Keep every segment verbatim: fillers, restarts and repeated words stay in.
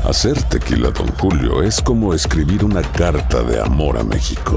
Hacer tequila Don Julio es como escribir una carta de amor a México.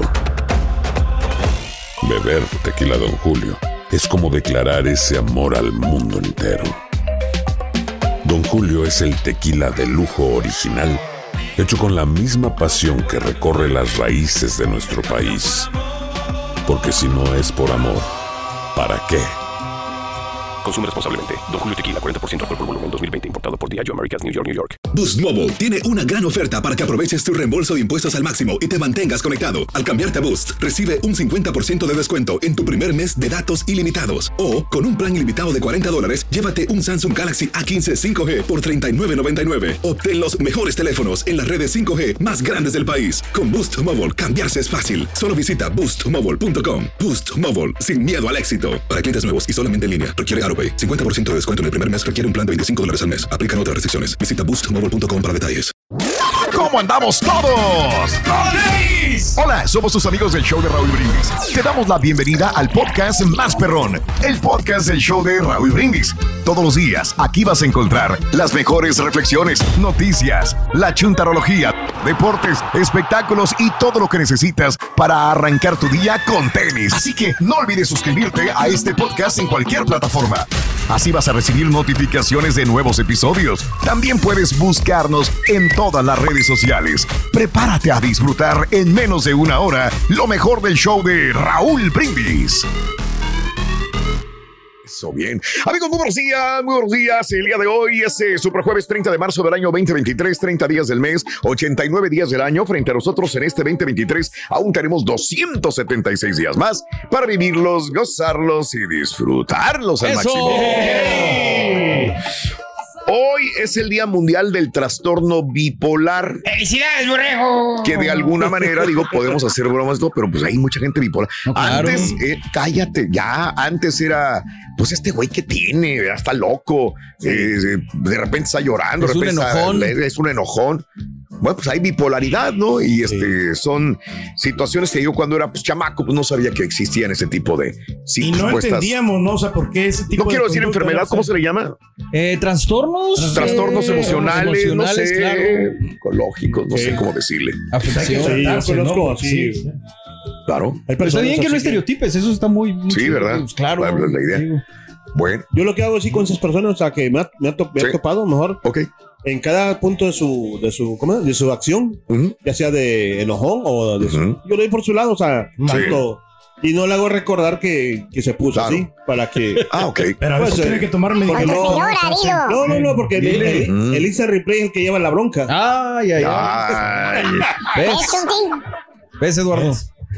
Beber tequila Don Julio es como declarar ese amor al mundo entero. Don Julio es el tequila de lujo original, hecho con la misma pasión que recorre las raíces de nuestro país. Porque si no es por amor, ¿para qué? Consume responsablemente. Don Julio Tequila, cuarenta por ciento alcohol por volumen, dos mil veinte, importado por Diageo Americas, New York, New York. Boost Mobile tiene una gran oferta para que aproveches tu reembolso de impuestos al máximo y te mantengas conectado. Al cambiarte a Boost, recibe un cincuenta por ciento de descuento en tu primer mes de datos ilimitados. O, con un plan ilimitado de cuarenta dólares, llévate un Samsung Galaxy A quince cinco G por treinta y nueve noventa y nueve. Obtén los mejores teléfonos en las redes cinco G más grandes del país. Con Boost Mobile, cambiarse es fácil. Solo visita boost mobile punto com. Boost Mobile, sin miedo al éxito. Para clientes nuevos y solamente en línea, requiere AutoPay. cincuenta por ciento de descuento en el primer mes, requiere un plan de veinticinco dólares al mes. Aplican otras restricciones. Visita boost mobile punto com para detalles. ¿Cómo andamos todos? ¡Brindis! Hola, somos tus amigos del show de Raúl Brindis. Te damos la bienvenida al podcast más perrón, el podcast del show de Raúl Brindis. Todos los días aquí vas a encontrar las mejores reflexiones, noticias, la chuntarología, deportes, espectáculos y todo lo que necesitas para arrancar tu día con tenis. Así que no olvides suscribirte a este podcast en cualquier plataforma. Así vas a recibir notificaciones de nuevos episodios. También puedes buscarnos en todas las redes sociales. Prepárate a disfrutar en menos de una hora lo mejor del show de Raúl Brindis. Eso, bien. Amigos, muy buenos días, muy buenos días. El día de hoy es eh, Superjueves treinta de marzo del año veinte veintitrés, treinta días del mes, ochenta y nueve días del año. Frente a nosotros en este veinte veintitrés aún tenemos doscientos setenta y seis días más para vivirlos, gozarlos y disfrutarlos al ¡Eso! máximo. Hoy es el Día Mundial del Trastorno Bipolar. ¡Felicidades, borrego! Que de alguna manera, digo, podemos hacer bromas, ¿no? Pero pues hay mucha gente bipolar. No, claro. Antes, eh, cállate, ya, antes era, pues este güey que tiene, ya está loco, sí. eh, de repente está llorando, Es de un repente enojón. Está, es un enojón. Bueno, pues hay bipolaridad, ¿no? Y este, sí. son situaciones que yo cuando era pues, chamaco, pues no sabía que existían ese tipo de Y no entendíamos, ¿no? O sea, ¿por qué ese tipo no de quiero decir enfermedad, ¿cómo se le llama? Eh, trastornos. Trastornos eh, emocionales, emocionales, no sé, claro. psicológicos, no Sí. sé cómo decirle. Afección. Sí, yo conozco, Sí. sí. Claro. Pero está bien que no estereotipes, eso está muy... muy Sí, chido, ¿verdad? pues, claro. Bueno, la idea. Digo. Bueno, Yo lo que hago así con esas personas, o sea, que me ha, me ha, to- me ha Sí. topado mejor ok. en cada punto de su, de su, ¿cómo es? De su acción, Ujú. ya sea de enojón o de su- Ujú. yo le doy por su lado, o sea, tanto, y no le hago recordar que, que se puso Claro. así, para que... Ah, ok. Pero a veces Pues, tiene eh, que tomar medicamentos. no, señora, dilo. No, no, no, porque el, el, Mm. el instant replay es el que lleva la bronca. Ay, ay, ay. Ay, ¿Ves? Es un ting. ¿Ves, Eduardo?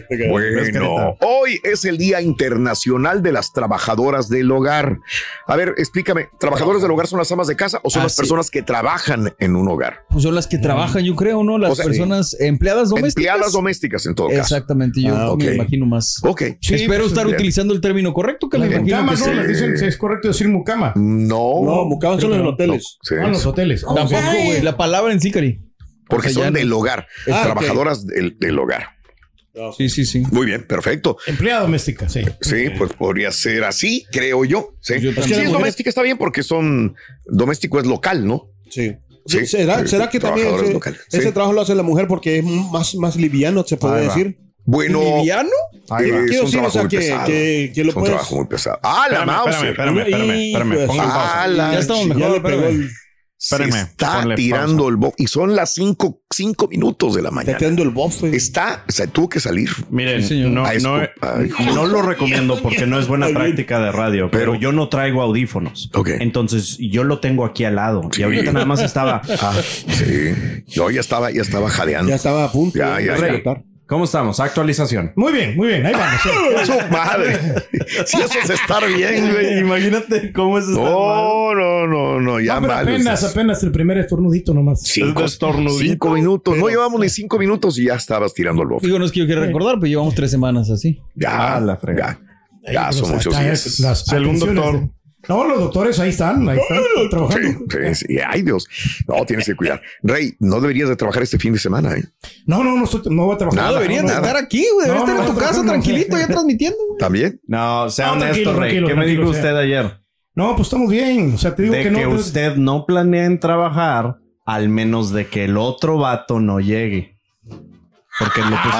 bueno, hoy es el Día Internacional de las Trabajadoras del Hogar. A ver, explícame, ¿trabajadoras del hogar son las amas de casa o son Ah, las sí. personas que trabajan en un hogar? Pues son las que trabajan, yo creo, ¿no? Las O sea, personas empleadas domésticas. Empleadas domésticas en todo caso. Exactamente, yo Ah, ok. me imagino más. Ok. Sí, Espero pues, estar bien. utilizando el término correcto, que me Las imagino mucamas, que ¿no? sí. Les dicen, sí, es correcto decir mucama. No. No, buscaban solo en los hoteles. Sí, Ah, en los hoteles. Oh, Tampoco, Ay. güey. La palabra en sí, Cari. porque O sea, ya son no- del hogar. Ah, trabajadoras del, del hogar. Sí, sí, sí. Muy bien, perfecto. Empleada doméstica, sí. Sí, pues podría ser así, creo yo. Sí, Yo si también. es doméstica está bien porque son doméstico es local, ¿no? Sí. Sí. ¿Será, ¿Será que también Trabajadores ese, locales. ese Sí. trabajo lo hace la mujer porque es más, más liviano, se puede Ahí va. decir? Bueno, ¿Liviano? eh, es Quiero un decir, trabajo o sea, muy que, pesado. que, que lo Es un puedes... trabajo muy pesado. Ah, la Espérame, mouse. espérame, espérame, espérame, Hijo de pongan su- pausa. Ah, la Ya estamos chi- mejor, Ya le pegó espérame. el... Se Espérame, está ponle tirando pausa. el bo y son las cinco, cinco minutos de la Está mañana. tirando el bofe. Está, o sea, tuvo que salir. Miren, Sí, señor. no, Ay, no, ay, no lo recomiendo porque no es buena práctica de radio, pero, Pero- yo no traigo audífonos. Ok. Entonces yo lo tengo aquí al lado y ahorita nada más estaba. Ah, sí. Yo ya estaba, ya estaba jadeando. Ya estaba a punto Ya, de ya, ya. explotar. ¿Cómo estamos? Actualización. Muy bien, muy bien. Ahí vamos. sí. Su madre. Si eso es estar bien, güey. Imagínate cómo es estar mal. No, no, no, no, ya No, pero mal. apenas, apenas el primer estornudito nomás. Cinco, Es estornudito, cinco minutos. No pero- llevamos ni cinco minutos y ya estabas tirando el bofe. Digo, no es que yo quiera recordar, pero llevamos tres semanas así. Ya, Ah, la fregada. ya, ya Ahí, son pues, muchos acá, días. Las Si algún atenciones doctor- de- No, los doctores ahí están, ahí están trabajando. Sí, sí, sí. Ay, Dios. No, tienes que cuidar. Rey, no deberías de trabajar este fin de semana, ¿eh? No, no, no, estoy, no voy a trabajar. Nada, No deberías de nada. estar aquí, güey. Deberías No, estar en no, tu no, casa no, no, tranquilito, no. ya transmitiendo. ¿También? No, sea No, honesto, tranquilo, Rey. tranquilo, ¿Qué me tranquilo, dijo sea. usted ayer? No, pues estamos bien. O sea, te digo De que que, no. pues, usted no planea en trabajar al menos de que el otro vato no llegue. Porque lo pusieron.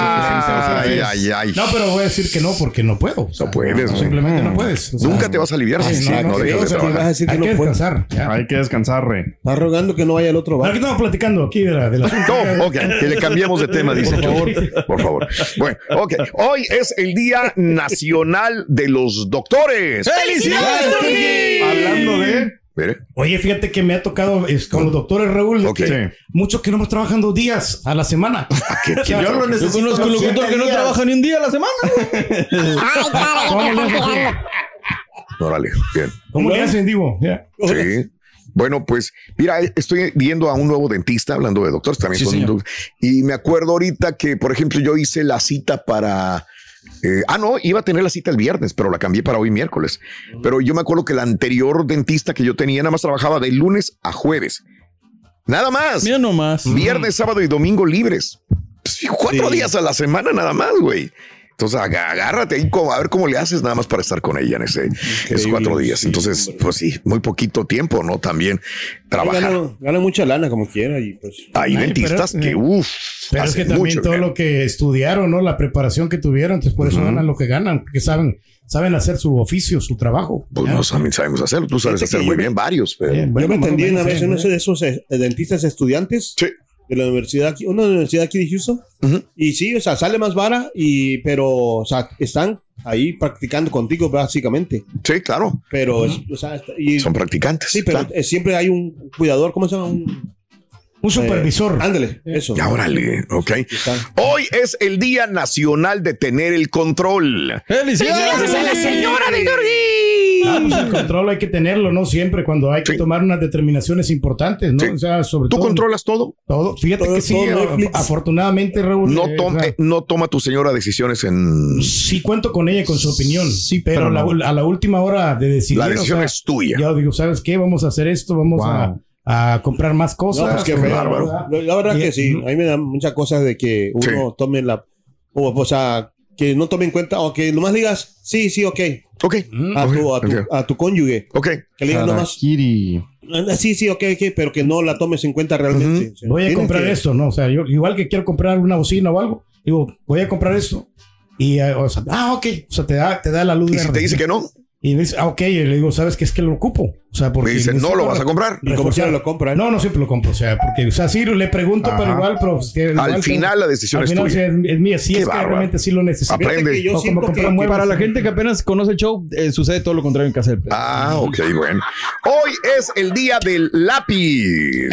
Ah, ay, ay, ay. No, pero voy a decir que no porque no puedo. O sea, No puedes, no, güey. simplemente no puedes. O sea, Nunca te vas a aliviar Ay, si no, no, no, dejas de sí, trabajar. vas a decir que hay no que puedo. descansar. ya. Hay que descansar, Rey. Está rogando que no vaya el otro Ahora vato. que estamos platicando aquí de la, de la No, ok, que le cambiemos de tema, dice. Por favor. Por favor. Bueno, ok. Hoy es el Día Nacional de los Doctores. ¡Felicidades, Turquí! Hablando de. Mire. Oye, fíjate que me ha tocado es, con los doctores, Raúl, de Ok. que muchos que no nos trabajan dos días a la semana. ¿Qué O sea, Yo lo Yo necesito. conozco un los locutor siete que no días. trabaja ni un día a la semana. Ay, claro, ¿Cómo ya le te están hacen? tirando. Órale, bien. ¿Cómo le hacen, digo? Ya. Sí. Bueno, pues mira, estoy viendo a un nuevo dentista, hablando de doctores también. Sí, con señor. un doc- y me acuerdo ahorita que, por ejemplo, yo hice la cita para... eh, ah, no, iba a tener la cita el viernes, pero la cambié para hoy miércoles. Pero yo me acuerdo que la anterior dentista que yo tenía nada más trabajaba de lunes a jueves. Nada más. Mira nomás. Viernes, sábado y domingo libres. Pues, cuatro Sí. días a la semana nada más, güey. Entonces aga- agárrate ahí como, a ver cómo le haces nada más para estar con ella en ese, esos cuatro días. sí, Entonces, hombre. pues sí, muy poquito tiempo, ¿no? También trabajar. Gana, gana mucha lana como quiera y pues. Hay Ay, dentistas pero- que, uff, Pero es que también todo lo que estudiaron, ¿no? La preparación que tuvieron, entonces por eso Ujú. ganan lo que ganan, porque saben, saben hacer su oficio, su trabajo. Pues Ya. no también sabemos hacerlo. Tú sabes Fíjate hacer que muy yo me- bien varios, pero Bien, Yo bueno, me más o atendí menos, una vez sí, uno ¿no? de esos eh, dentistas estudiantes sí. de la universidad aquí, una universidad aquí de Houston. Ujú. Y sí, o sea, sale más vara, y, pero, o sea, están ahí practicando contigo básicamente. Sí, claro. Pero, es, o sea, está- y, Son practicantes. sí, pero claro. eh, siempre hay un cuidador, ¿cómo se llama? Un, Un supervisor. eh, ándale, eso. Ya, órale, ok. Están. Hoy es el Día Nacional de Tener el Control. ¡Felicidades! señora de Ah, pues el control hay que tenerlo, ¿no? Siempre cuando hay que Sí. tomar unas determinaciones importantes, ¿no? Sí. O sea, sobre ¿Tú todo. controlas todo? Todo. Fíjate Todo- que sí, todo a- Netflix. afortunadamente, Raúl. No, eh, toma, o sea, eh, no toma tu señora decisiones en... sí cuento con ella, con su opinión. Sí, pero, pero la- no. a la última hora de decidir. La decisión o sea, es tuya. Yo digo, ¿sabes qué? Vamos a hacer esto, vamos Wow. a, a comprar más cosas. No, pues qué o- feo. bárbaro. La, la verdad Y- que sí, a mí me dan muchas cosas de que uno tome la, o, o sea, que no tome en cuenta, o que nomás digas, sí, sí, ok, Ok. a Ok, tu, a tu, ok. a tu cónyuge, Ok. que le digas nomás, Harakiri. "Ah, sí, sí, ok, ok, pero que no la tomes en cuenta realmente. O sea, Voy a tienes comprar que- esto, ¿no? O sea, yo igual que quiero comprar una bocina o algo, digo, voy a comprar esto. Y, eh, o sea, ah, ok. O sea, te da, te da la luz Y si verde. te dice que no, Y me dice, ah, ok. Y le digo, ¿sabes qué? Es que lo ocupo. O sea, porque. me dice, no necesito lo vas a comprar. Y como quiera lo compra, ¿eh? No, no siempre lo compro. O sea, porque, o sea, sí le pregunto, Ajá. pero igual, pero. pues, que igual Al tengo- final la decisión al es final, tuya. sí, es, es mía. Sí, Qué es que bárbaro. realmente sí lo necesito. Aprende. Fíjate que yo O como siento comprar que- muebles. Para la gente que apenas conoce el show, eh, sucede todo lo contrario en casa del Pedro. Ah, ok, bueno. Hoy es el día del lápiz.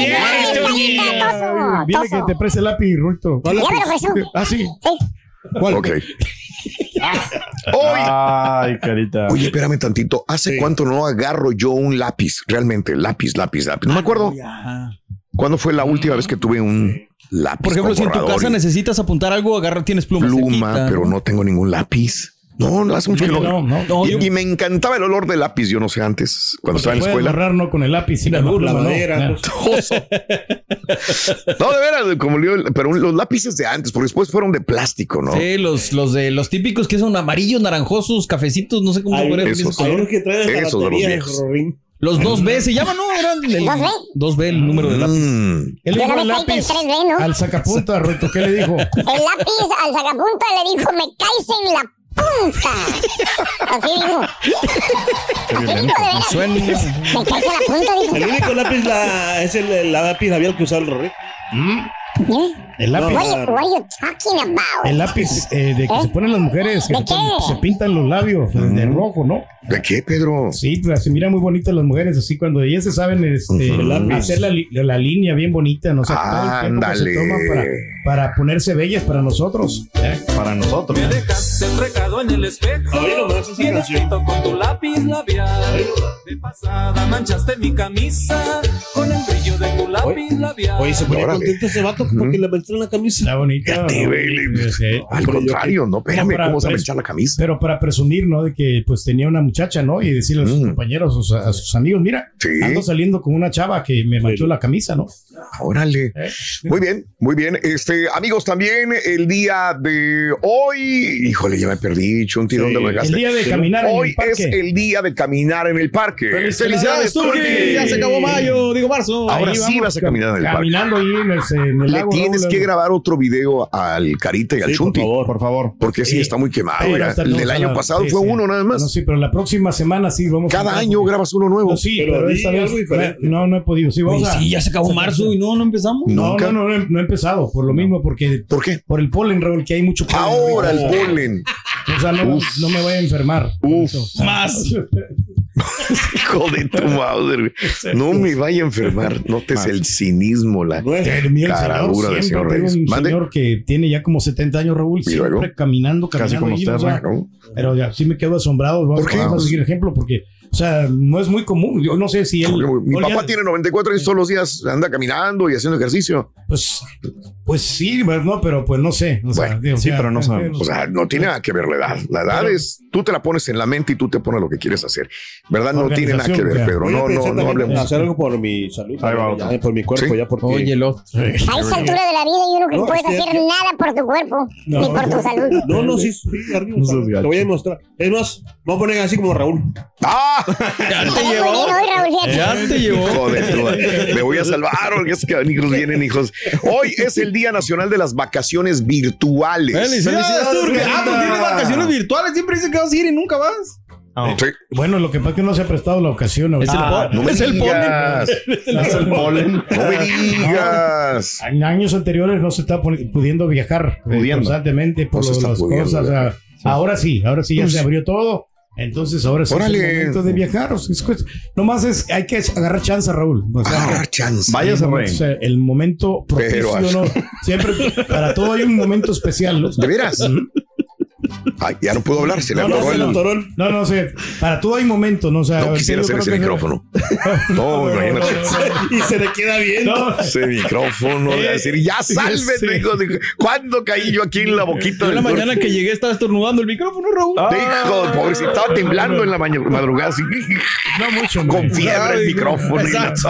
Dile que te preste el lápiz, Ruito. Ya me lo ofreció. Ah, sí. ¿Cuál? Ok. Hoy. Ay, carita. Oye, espérame tantito. ¿Hace Sí. cuánto no agarro yo un lápiz? Realmente, lápiz, lápiz, lápiz. No me acuerdo. ¿Cuándo fue la última vez que tuve un lápiz? Por ejemplo, con si en tu borrador casa y necesitas apuntar algo, agarra, tienes pluma. pluma, cerquita, pero no tengo ningún lápiz. No, no hace mucho que no. No, no. No, Y, yo- y me encantaba el olor de lápiz, yo no sé antes, cuando estaba en la Puedes escuela. borrar, ¿no? Con el lápiz. Sí, La, con la pluma, ¿no? madera, Ah. pues. No, de veras, como le digo, pero los lápices de antes, porque después fueron de plástico, ¿no? Sí, los, los de los típicos que son amarillos, naranjosos, cafecitos, no sé cómo se Hay puede esos. decir ese Hay color. unos que traen la Esos de los batería, viejos. Rorín. Los dos B se llaman, ¿no? Eran el ¿dos B? dos B el número de lápiz. Mm. Él Yo dijo no el me salté el lápiz tres B, ¿no? al sacapunta, Ruito. ¿Qué le dijo? El lápiz al sacapunta le dijo, me caes en la punta. Así dijo. Así dijo, de veras. Suena. Me caes en la punta, dijo. El único lápiz la, es el, el lápiz labial que usaba el Rorín. ¿Eh? El lápiz. What, are- what are you talking about? El lápiz eh, de que ¿Eh? se ponen las mujeres, que ¿De se, qué? ponen- se pintan los labios eh, de rojo, ¿no? ¿De qué, Pedro? Sí, pues se miran muy bonitas las mujeres, así cuando ellas se saben este, Ujú. hacer la, li- la línea bien bonita, ¿no? O sea, todo el tiempo que se Ándale. toman para, para ponerse bellas para nosotros. ¿eh? Para nosotros. Me dejaste un recado en el espejo. Oye, nomás esa Bien canción. escrito con tu lápiz labial. De pasada manchaste mi camisa con el brillo de tu lápiz labial. Oye, se ponía Órale. contento ese vato porque le metieron la camisa. Está bonita. Fíjate, ¿no? vele. Sí. Al contrario, no, espérame, Para- ¿cómo se para- me echar la camisa? Pero para presumir, ¿no? De que pues tenía una muchacha, ¿no? Y decirle a sus Mm. compañeros, a sus, a sus amigos, mira, Sí. ando saliendo con una chava que me manchó la camisa, ¿no? órale. ¿Eh? Muy bien, muy bien. Este, amigos, también el día de hoy, híjole, ya me perdí, Chunti, ¿dónde me gasté? El día de caminar hoy en el parque. Es el día de caminar en el parque. Felicidades, Turki. Ya se acabó mayo, digo marzo. Ahora Ahí sí vamos, vas a caminar en el parque. Caminando ahí en el, en el Le lago. tienes Raúl, que grabar otro video al Carita y al Sí, Chunti. por favor, por favor. Porque sí, Sí. está muy quemado. Pero ya. hasta El no, del o sea, año la- pasado sí, fue sí. uno nada más. No, sí, pero la próxima semana sí vamos a Cada entrar, año porque- grabas uno nuevo. No, sí, Pero pero, di esta algo vez diferente. no, no he podido. Sí, vamos Güey, a- sí, ya se acabó marzo y no, no empezamos. No, Nunca. no, no, no, he- no he empezado. Por lo mismo, porque ¿Por qué? por el polen, Raúl, que hay mucho polen. Ahora el ahorita. polen. O sea, no, no me voy a enfermar. Uf. O sea, Más. Hijo de tu madre. No me vaya a enfermar. Notes el cinismo, la No es- El mío, el caradura señor, del señor siempre tengo Reyes. un Mande. señor que tiene ya como setenta años, Raúl, ¿Y siempre luego? caminando, caminando. como ahí, usted, o sea, ¿no? Pero ya sí me quedo asombrado. Vamos, ¿Por qué? vamos a seguir el ejemplo porque, o sea, no es muy común. Yo no sé si él. Mi Oiga, papá tiene noventa y cuatro años, todos los días anda caminando y haciendo ejercicio. Pues, pues sí, pues, no, pero pues no sé. O sea, Bueno, digo, sí, o sea, pero no sabemos. O sea, no tiene nada que ver la edad. La edad Pero- es, tú te la pones en la mente y tú te pones lo que quieres hacer. ¿Verdad? No tiene nada que ver, Organización, Pedro. Voy a No, pensar no, no también en hablemos. hacer algo por mi salud. Ahí va ya, otro. por mi cuerpo, Sí. ya porque... Oye, lo. A esa altura de la vida yo creo que No, puedes es que- hacer nada por tu cuerpo, No. ni por tu salud. No, no, sí, sí, arriba, No seas te gacho. voy a demostrar. Es más, voy a poner así como Raúl. ¡Ah! Ya Te te ves muy llevó. bien hoy, Raúl, fíjate. Ya te llevó. Joder, tú, me voy a salvar porque es que hijos vienen, hijos. Hoy es el Día Nacional de las Vacaciones Virtuales. Felicidades, Turki. Ah, pues tienes vacaciones virtuales. Siempre dices que vas a ir y nunca vas. Oh. Sí. Bueno, lo que pasa es que no se ha prestado la ocasión. Es el ahorita. polen. No me Es el digas. Es el polen. No me digas. En años anteriores no se está poni- pudiendo viajar eh, Pudiendo. constantemente por No se lo de está las pudiendo, cosas. o sea, ahora sí, ahora sí ya se abrió todo. Entonces ahora sí Órale. es el momento de viajar. O sea, es cuest- nomás es, hay que agarrar chance, Raúl. O sea, Agarrar chance. Váyase, el, Rey. momento, o sea, el momento propicio, Pero- ¿no? Siempre, para todo hay un momento especial. ¿no? ¿De veras? Ay, ya no puedo hablar. Se le No, no, atoró se el... le atoró el- no, no sé. Para todo hay momento, ¿no? O sea, No quisiera yo hacer creo ese que- micrófono. No, No, no, no, imagínate. no, no, Y se le queda bien. no. Ese micrófono, de decir, ya sálvenme, Sí. hijo de- ¿Cuándo caí yo aquí en la boquita Yo del la Turki? mañana que llegué estaba estornudando el micrófono, Raúl. Hijo, pobrecito, estaba temblando en la mañana, madrugada, así, No mucho, hombre. con fiebre el Ay, micrófono. exacto.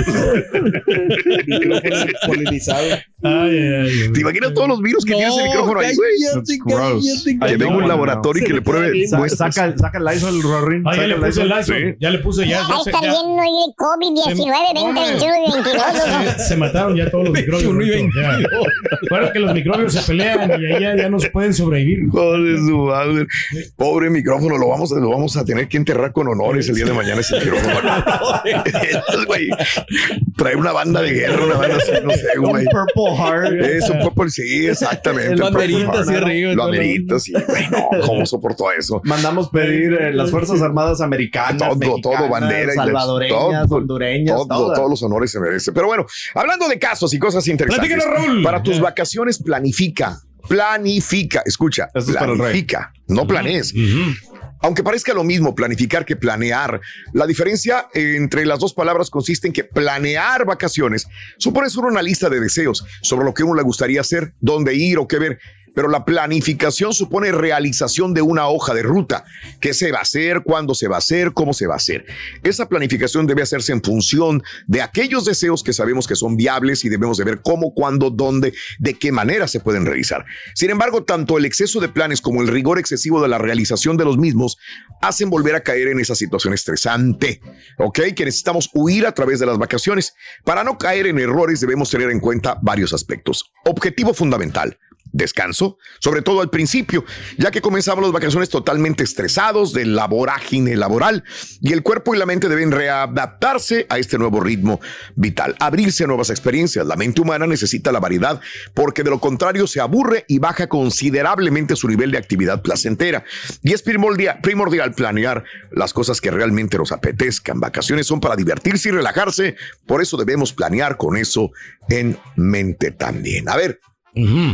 Micrófono polinizado. Ay, ay, ay. ¿Te imaginas todos los virus que tiene ese micrófono ahí, güey? cállate, gross. cállate, Que Ay, venga no, un no, laboratorio no. que le pruebe Sa- muestras. saca, saca el Lysol, Rorin. Ah, ya Saca le puse el Lysol. lazo. Sí. Ya le puse ya. Va ya a se- estar ya- lleno ahí de COVID diecinueve, veinte, veintiuno y veintidós. se, se mataron ya todos los microbios. veintiuno y Roberto, ya. Recuerda que los microbios se pelean y ahí ya, ya no se pueden sobrevivir. Joder, su madre. Pobre micrófono, lo vamos, a, lo vamos a tener que enterrar con honores el día de mañana ese micrófono. Entonces, güey, trae una banda de guerra, una banda así, no sé, Un güey. Purple Heart. Es un Purple, sí, exactamente. El banderita Purple así Heart. arriba y Lo todo. amerita, sí. Güey, no, ¿cómo soportó eso? Mandamos pedir eh, las Fuerzas Armadas Americanas, Todo, mexicanas, todo, bandera. y de- salvadoreñas, todo, hondureñas, todo, todas. todos los honores se merece. Pero bueno, hablando de casos y cosas interesantes. Platícanos, Raúl. Para tus vacaciones, planifica. Planifica. Escucha. Esto es para el rey. Planifica. No planees. Aunque parezca lo mismo planificar que planear, la diferencia entre las dos palabras consiste en que planear vacaciones supone solo una lista de deseos sobre lo que uno le gustaría hacer, dónde ir o qué ver. Pero la planificación supone realización de una hoja de ruta. ¿Qué se va a hacer? ¿Cuándo se va a hacer? ¿Cómo se va a hacer? Esa planificación debe hacerse en función de aquellos deseos que sabemos que son viables y debemos de ver cómo, cuándo, dónde, de qué manera se pueden realizar. Sin embargo, tanto el exceso de planes como el rigor excesivo de la realización de los mismos hacen volver a caer en esa situación estresante, ¿ok? Que necesitamos huir a través de las vacaciones. Para no caer en errores debemos tener en cuenta varios aspectos. Objetivo fundamental. Descanso, sobre todo al principio, ya que comenzamos las vacaciones totalmente estresados de la vorágine laboral y el cuerpo y la mente deben readaptarse a este nuevo ritmo vital, abrirse a nuevas experiencias. La mente humana necesita la variedad porque de lo contrario se aburre y baja considerablemente su nivel de actividad placentera. Y es primordial, primordial planear las cosas que realmente nos apetezcan. Vacaciones son para divertirse y relajarse, por eso debemos planear con eso en mente también. A ver. Uh-huh.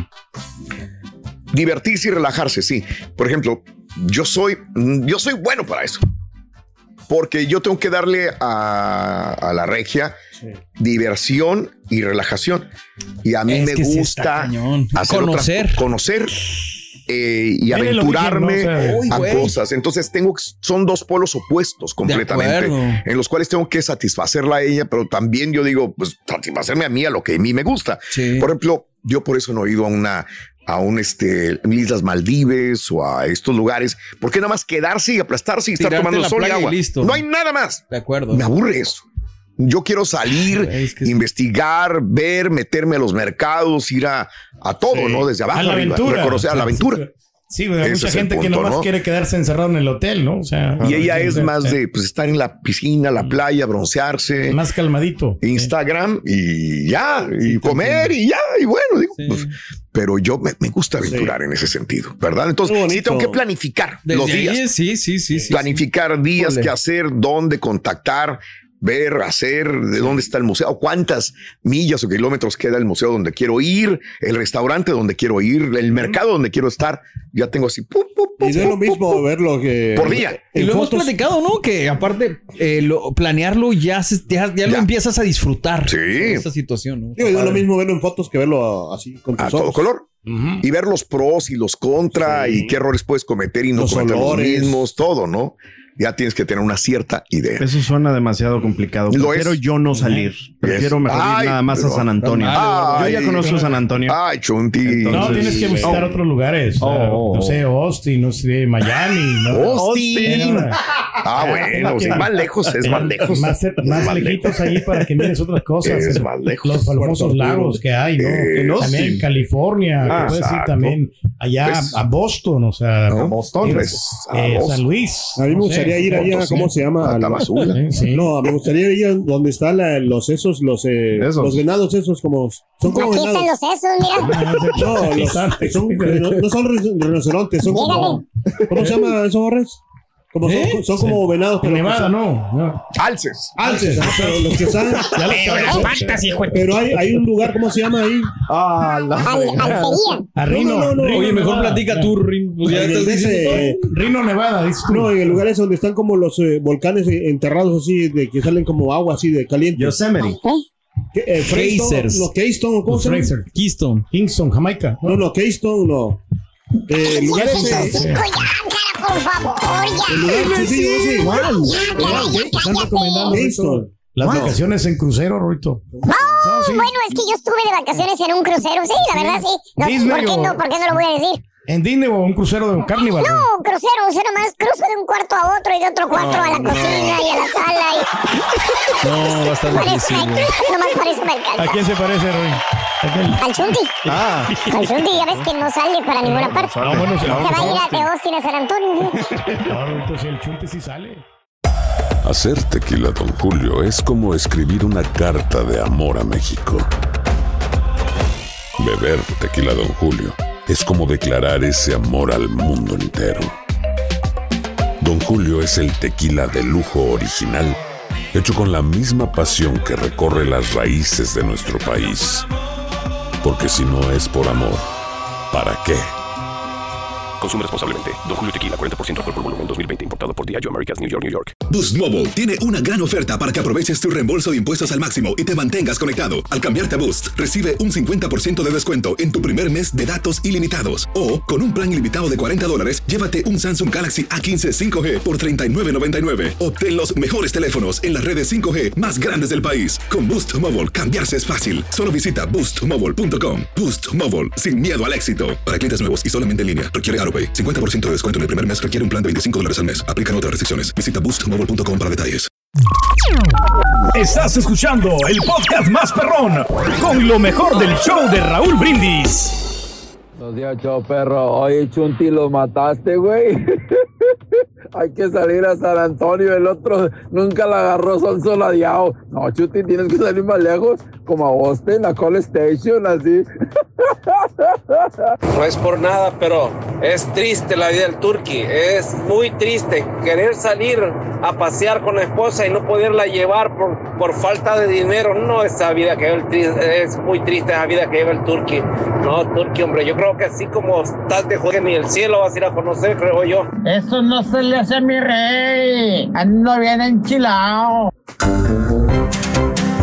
Divertirse y relajarse, sí. Por ejemplo, yo soy, yo soy bueno para eso. Porque yo tengo que darle a, a la regia sí. diversión y relajación. Y a mí es me que gusta sí hacer conocer. otras, conocer eh, y Tiene aventurarme el origen, ¿no? O sea, a uy, güey. cosas. Entonces tengo, son dos polos opuestos completamente, acuerdo. en los cuales tengo que satisfacerla a ella, pero también yo digo, pues satisfacerme a mí, a lo que a mí me gusta. Sí. Por ejemplo, yo por eso no he ido a una a un este Islas Maldives o a estos lugares, porque nada más quedarse y aplastarse y estar Tirarte tomando en la sol y playa y agua. listo. No hay nada más. De acuerdo. Me aburre eso. Yo quiero salir, Ay, es que sí. investigar, ver, meterme a los mercados, ir a, a todo, Sí. ¿no? Desde abajo A la arriba, aventura. reconocer a la aventura. Sí, güey, hay Ese mucha es el gente que punto, nomás ¿no? quiere quedarse encerrado en el hotel, ¿no? O sea, Y ella sí, es sí, más sí. de pues estar en la piscina, la playa, broncearse, Más calmadito. Instagram y ya, y Sí, comer y ya, y bueno, digo, Sí. pues, pero yo me, me gusta aventurar en ese sentido, ¿verdad? Entonces, Qué sí bonito. tengo que planificar Desde los días, ahí, sí, sí, sí, sí. planificar días, Híjole. qué hacer, dónde contactar, ver, hacer, de dónde está el museo, cuántas millas o kilómetros queda el museo donde quiero ir, el restaurante donde quiero ir, el mercado donde quiero estar. Ya tengo así. Pum, pum, pum, Y no es lo pum, mismo pum, verlo que. Por día. Y en lo hemos fotos. platicado, ¿no? Que aparte, eh, lo, planearlo ya, se- ya, ya lo Ya. empiezas a disfrutar. Sí. Esa situación, ¿no? Digo, no es lo mismo verlo en fotos que verlo así con tus a todo ojos. color. Ujú. Y ver los pros y los contra Sí. y qué errores puedes cometer y no Los cometer olores. los mismos, todo, ¿no? Ya tienes que tener una cierta idea. Eso suena demasiado complicado. Lo Prefiero es. yo no salir. Prefiero mejor Ay, ir nada más a pero- San Antonio. Ay. Yo ya conozco San Antonio. Ay, Chunti. Entonces- No, tienes que visitar Oh. otros lugares. o sea, Oh, oh, no oh. sé, Austin, no sé, Miami. ¿no? Austin. Ahora, Ah, bueno, sí, más lejos, es más lejos. Más, cer- más Más lejitos ahí para que mires otras cosas. Es más lejos. Los famosos Puerto lagos que hay, ¿no? Eh, en También Austin. en California. Ah, que puedes ir exacto. también allá Pues- a Boston, o sea, ¿no? Boston. Pues, a eh, Boston. San Luis. A mí me no sé, gustaría ir allá, Potosí, ¿cómo se llama? a Al- Tamazula. Sí, sí. No, me gustaría ir a donde están la- los esos, los, eh, Esos. los venados esos, como son como Aquí están venados. los sesos, mira. Ah, no sé, No, aquí los, están. son, no, no son rino- rinocerontes, son como. ¿Cómo se llama esos borres? Como son, ¿Eh? son como venados, En pero. Nevada, no. no. Alces. Alces, ah, pero los que están. Ya lo sabes. Pero hay, hay un lugar, ¿cómo se llama ahí? Ah, la Al, alcería. A Rino. No, no, no, Rino, Oye, mejor Nevada. platica tú, Rin. Pues ya En el estás de ese, diciendo eh, Rino, Nevada, dices tú. no, en el lugar ese donde están como los eh, volcanes eh, enterrados así, de que salen como agua así de caliente. Yosemite. ¿Qué, eh, Freystone, Geysers. no, Keystone, ¿cómo Los se llama? Fraser. todo. Keystone. Kingston, Jamaica. No, no, Keystone, no. Eh, el lugar ese. Chico, ya, cara, por favor, ya. El lugar, sí, sí, sí, igual. Ya, cara, ya, Están cállate. recomendando Keystone. Rito, las vacaciones en crucero, Rito. No, sí. bueno, es que yo estuve de vacaciones en un crucero, sí, la verdad, sí. No, Disney ¿por qué o- no? ¿Por qué no lo voy a decir? En Disney o un crucero de Carnival. No, crucero, o sea, nomás cruzo de un cuarto a otro y de otro cuarto a la cocina y a la sala y... No, va a estar Parece, difícil, güey. nomás por eso me ¿A alcanza. quién se parece, Roy? ¿A quién? Al Chunti. Ah, Al Chunti, ya ves que no sale para ninguna parte. No, bueno, sí, Se va a ir a de Austin a San Antonio. ¿sí? No, Rito, si el chunte sí sale. Hacer tequila, Don Julio, es como escribir una carta de amor a México. Beber tequila, Don Julio, es como declarar ese amor al mundo entero. Don Julio es el tequila de lujo original, hecho con la misma pasión que recorre las raíces de nuestro país. Porque si no es por amor, ¿para qué? Consume responsablemente. Don Julio Tequila, cuarenta por ciento alcohol por volumen, dos mil veinte. Importado por Diageo Americas, New York, New York. Boost Mobile tiene una gran oferta para que aproveches tu reembolso de impuestos al máximo y te mantengas conectado. Al cambiarte a Boost, recibe un cincuenta por ciento de descuento en tu primer mes de datos ilimitados. O, con un plan ilimitado de cuarenta dólares, llévate un Samsung Galaxy A quince cinco G por treinta y nueve noventa y nueve. Obtén los mejores teléfonos en las redes cinco G más grandes del país. Con Boost Mobile, cambiarse es fácil. Solo visita boost mobile punto com. Boost Mobile, sin miedo al éxito. Para clientes nuevos y solamente en línea, requiere AutoPay. cincuenta por ciento de descuento en el primer mes requiere un plan de veinticinco dólares al mes. Aplican otras restricciones. Visita boost mobile punto com para detalles. Estás escuchando el podcast más perrón con lo mejor del show de Raúl Brindis. Buenos días, chao perro. Oye, Chunti, lo mataste, güey. Hay que salir a San Antonio. El otro nunca la agarró, son soladeado. No, Chunti, tienes que salir más lejos, como a Austin, a Call Station, así. No es por nada, pero es triste la vida del turqui. Es muy triste querer salir a pasear con la esposa y no poderla llevar por, por falta de dinero. No, esa vida que lleva el tri- es muy triste esa vida que lleva el turqui. No, turqui, hombre, yo creo que así como estás de joder, ni el cielo vas a ir a conocer, creo yo. Eso no se le hace a mi rey. Ando bien enchilado.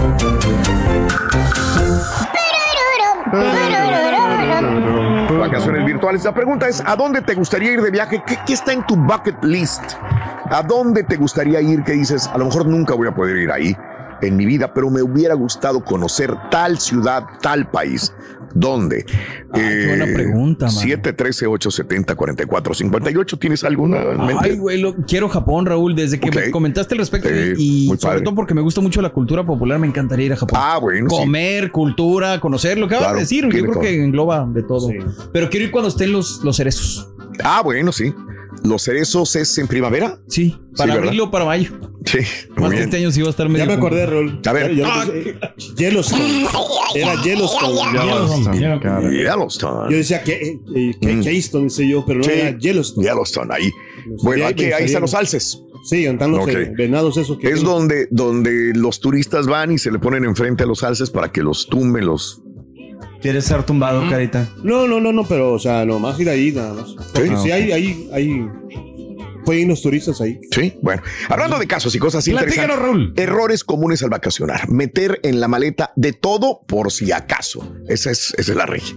Vacaciones vacaciones virtuales. La pregunta es, ¿a dónde te gustaría ir de viaje? ¿Qué, qué está en tu bucket list? ¿A dónde te gustaría ir que dices, a lo mejor nunca voy a poder ir ahí en mi vida, pero me hubiera gustado conocer tal ciudad, tal país? ¿Dónde? Ay, eh, buena pregunta, man. siete uno tres, ocho siete cero, cuatro cuatro cinco ocho. ¿Tienes alguna en mente? Ay, güey, lo, quiero Japón, Raúl. Desde que okay. me comentaste al respecto eh, y sobre padre. todo porque me gusta mucho la cultura popular, me encantaría ir a Japón. Ah, bueno. Comer, sí. cultura, conocer, lo que acabas claro, de decir. Yo creo todo. que engloba de todo. Sí. Pero quiero ir cuando estén los, los cerezos. Ah, bueno, sí. ¿Los cerezos es en primavera? Sí, para sí, abril o para mayo. Sí, más que este año sí va a estar medio... Ya me acordé, Raúl. A ver. Ya, ya ah, Yellowstone. Era Yellowstone. Yellowstone. Yellowstone. Yellowstone. Yo decía que, eh, que mm. Keystone, dice yo, pero no sí. era Yellowstone. Yellowstone, ahí. Bueno, aquí, ahí están los alces. Sí, están los okay. venados esos. Que es donde, donde los turistas van y se le ponen enfrente a los alces para que los tumben, los... ¿Quieres ser tumbado, ¿Mm? Carita? No, no, no, no, pero, o sea, nomás ir ahí, nada más. Porque sí, ah, sí okay. hay, hay, hay... Pueden los turistas ahí. Sí, bueno. Hablando de casos y cosas interesantes. Raúl. Errores comunes al vacacionar. Meter en la maleta de todo por si acaso. Esa es, esa es la regla.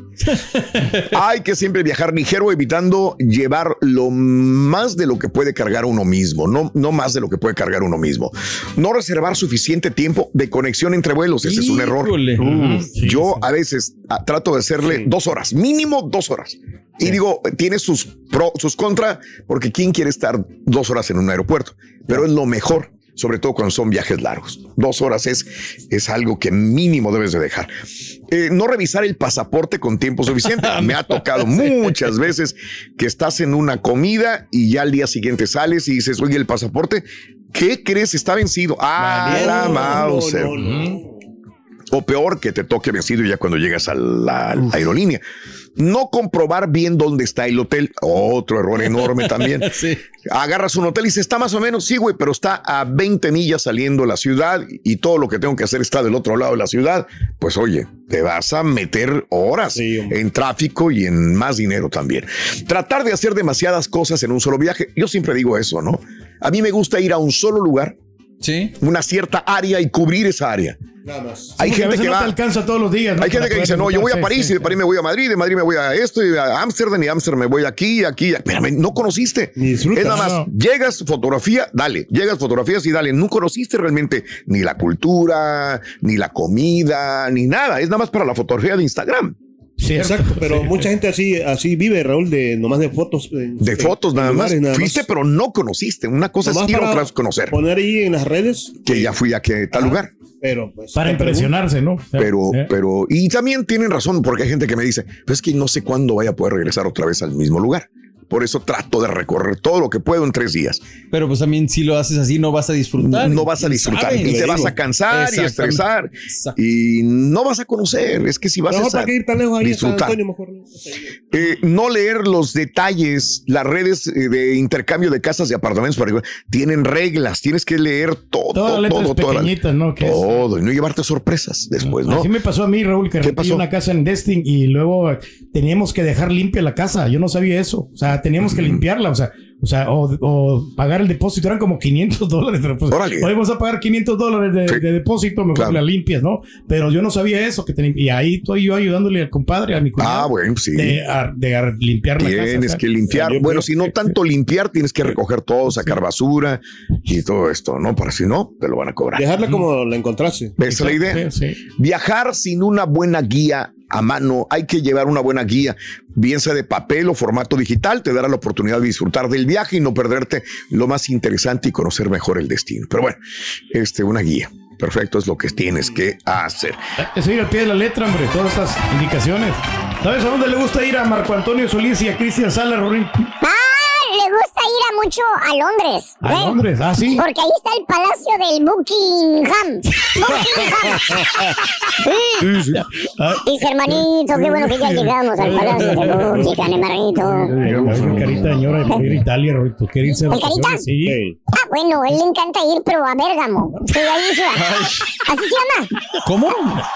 Hay que siempre viajar ligero, evitando llevar lo más de lo que puede cargar uno mismo. No, no más de lo que puede cargar uno mismo. No reservar suficiente tiempo de conexión entre vuelos. Ese Híjole. es un error. Uh, sí, Yo sí. a veces a, trato de hacerle sí. dos horas, mínimo dos horas. Y sí. digo, tiene sus pro, sus contra, porque ¿quién quiere estar dos horas en un aeropuerto? Pero es lo mejor, sobre todo cuando son viajes largos. Dos horas es, es algo que mínimo debes de dejar. Eh, no revisar el pasaporte con tiempo suficiente. Me ha tocado muchas veces que estás en una comida y ya al día siguiente sales y dices, oye, el pasaporte, ¿qué crees? Está vencido. Ah, no, la Mauser. No, no, no. O peor, que te toque vencido ya cuando llegas a la Uf. aerolínea. No comprobar bien dónde está el hotel. Otro error enorme también. Sí. Agarras un hotel y dices, está más o menos, sí, güey, pero está a veinte millas saliendo de la ciudad y todo lo que tengo que hacer está del otro lado de la ciudad. Pues oye, te vas a meter horas sí, en tráfico y en más dinero también. Tratar de hacer demasiadas cosas en un solo viaje. Yo siempre digo eso, ¿no? A mí me gusta ir a un solo lugar, sí, una cierta área y cubrir esa área. Nada más. Hay sí, gente que no va, te alcanza todos los días, ¿no? Hay gente que dice, no, yo voy a París sí, y de París sí. me voy a Madrid, de Madrid me voy a esto y a Ámsterdam y de Ámsterdam me voy aquí y aquí. Espérame, no conociste. Disfruta, es nada más, no. llegas, fotografía, dale. Llegas, fotografías y dale. No conociste realmente ni la cultura, ni la comida, ni nada. Es nada más para la fotografía de Instagram. Sí, exacto, pero sí. mucha gente así, así vive, Raúl, de nomás de fotos. En, de fotos nada más. Nada Fuiste, más. Pero no conociste. Una cosa nomás es ir a otra conocer. Poner ahí en las redes. Que, que ya fui a que tal ah, lugar. Pero pues, para impresionarse, ¿no? Pero, ¿Eh? pero, y también tienen razón, porque hay gente que me dice, pero es que no sé cuándo vaya a poder regresar otra vez al mismo lugar. Por eso trato de recorrer todo lo que puedo en tres días. Pero pues también si lo haces así no vas a disfrutar. No vas a disfrutar y te vas a cansar y a estresar y no vas a conocer. Es que si vas no, a estar, ir tan lejos ahí disfrutar. Antonio, mejor no. Eh, no leer los detalles, las redes de intercambio de casas y apartamentos para tienen reglas. Tienes que leer todo, todas todo, todo, toda ¿no? todo y no llevarte sorpresas después, ¿no? Así me pasó a mí, Raúl, que renté una casa en Destin y luego teníamos que dejar limpia la casa. Yo no sabía eso. O sea, teníamos que limpiarla, o sea, o sea, o, o pagar el depósito, eran como quinientos dólares, pero pues, podemos a pagar quinientos dólares de, sí. de depósito, mejor claro. la limpias, ¿no? Pero yo no sabía eso, que te, y ahí estoy yo ayudándole al compadre, a mi cuñado. Ah, bueno, sí. De, a, de a limpiar tienes la casa. Tienes que limpiar, o sea, bueno, si no tanto limpiar, tienes que recoger todo, sacar sí. basura y todo esto, ¿no? Para si no, te lo van a cobrar. Dejarla como la encontraste. Esa es la idea. Sí, sí. Viajar sin una buena guía a mano, hay que llevar una buena guía, bien sea de papel o formato digital, te dará la oportunidad de disfrutar del viaje y no perderte lo más interesante y conocer mejor el destino. Pero bueno, este, una guía. Perfecto, es lo que tienes que hacer. Es seguir al pie de la letra, hombre, todas estas indicaciones. ¿Sabes a dónde le gusta ir a Marco Antonio Solís y a Cristian Sala, Rorín? Le gusta ir a mucho a Londres. ¿A ¿eh? Londres? Ah, sí. Porque ahí está el palacio del Buckingham. Buckingham. Sí. Sí, sí. Dice, hermanito, qué bueno que ya llegamos al palacio de Buckingham, hermanito. Carita, señora, de morir Italia, ¿tú quieres irse a ¿El Carita? Sí. Ah, bueno, él le encanta ir, pero a Bérgamo. Sí, ahí se va. ¿Así se llama? ¿Cómo?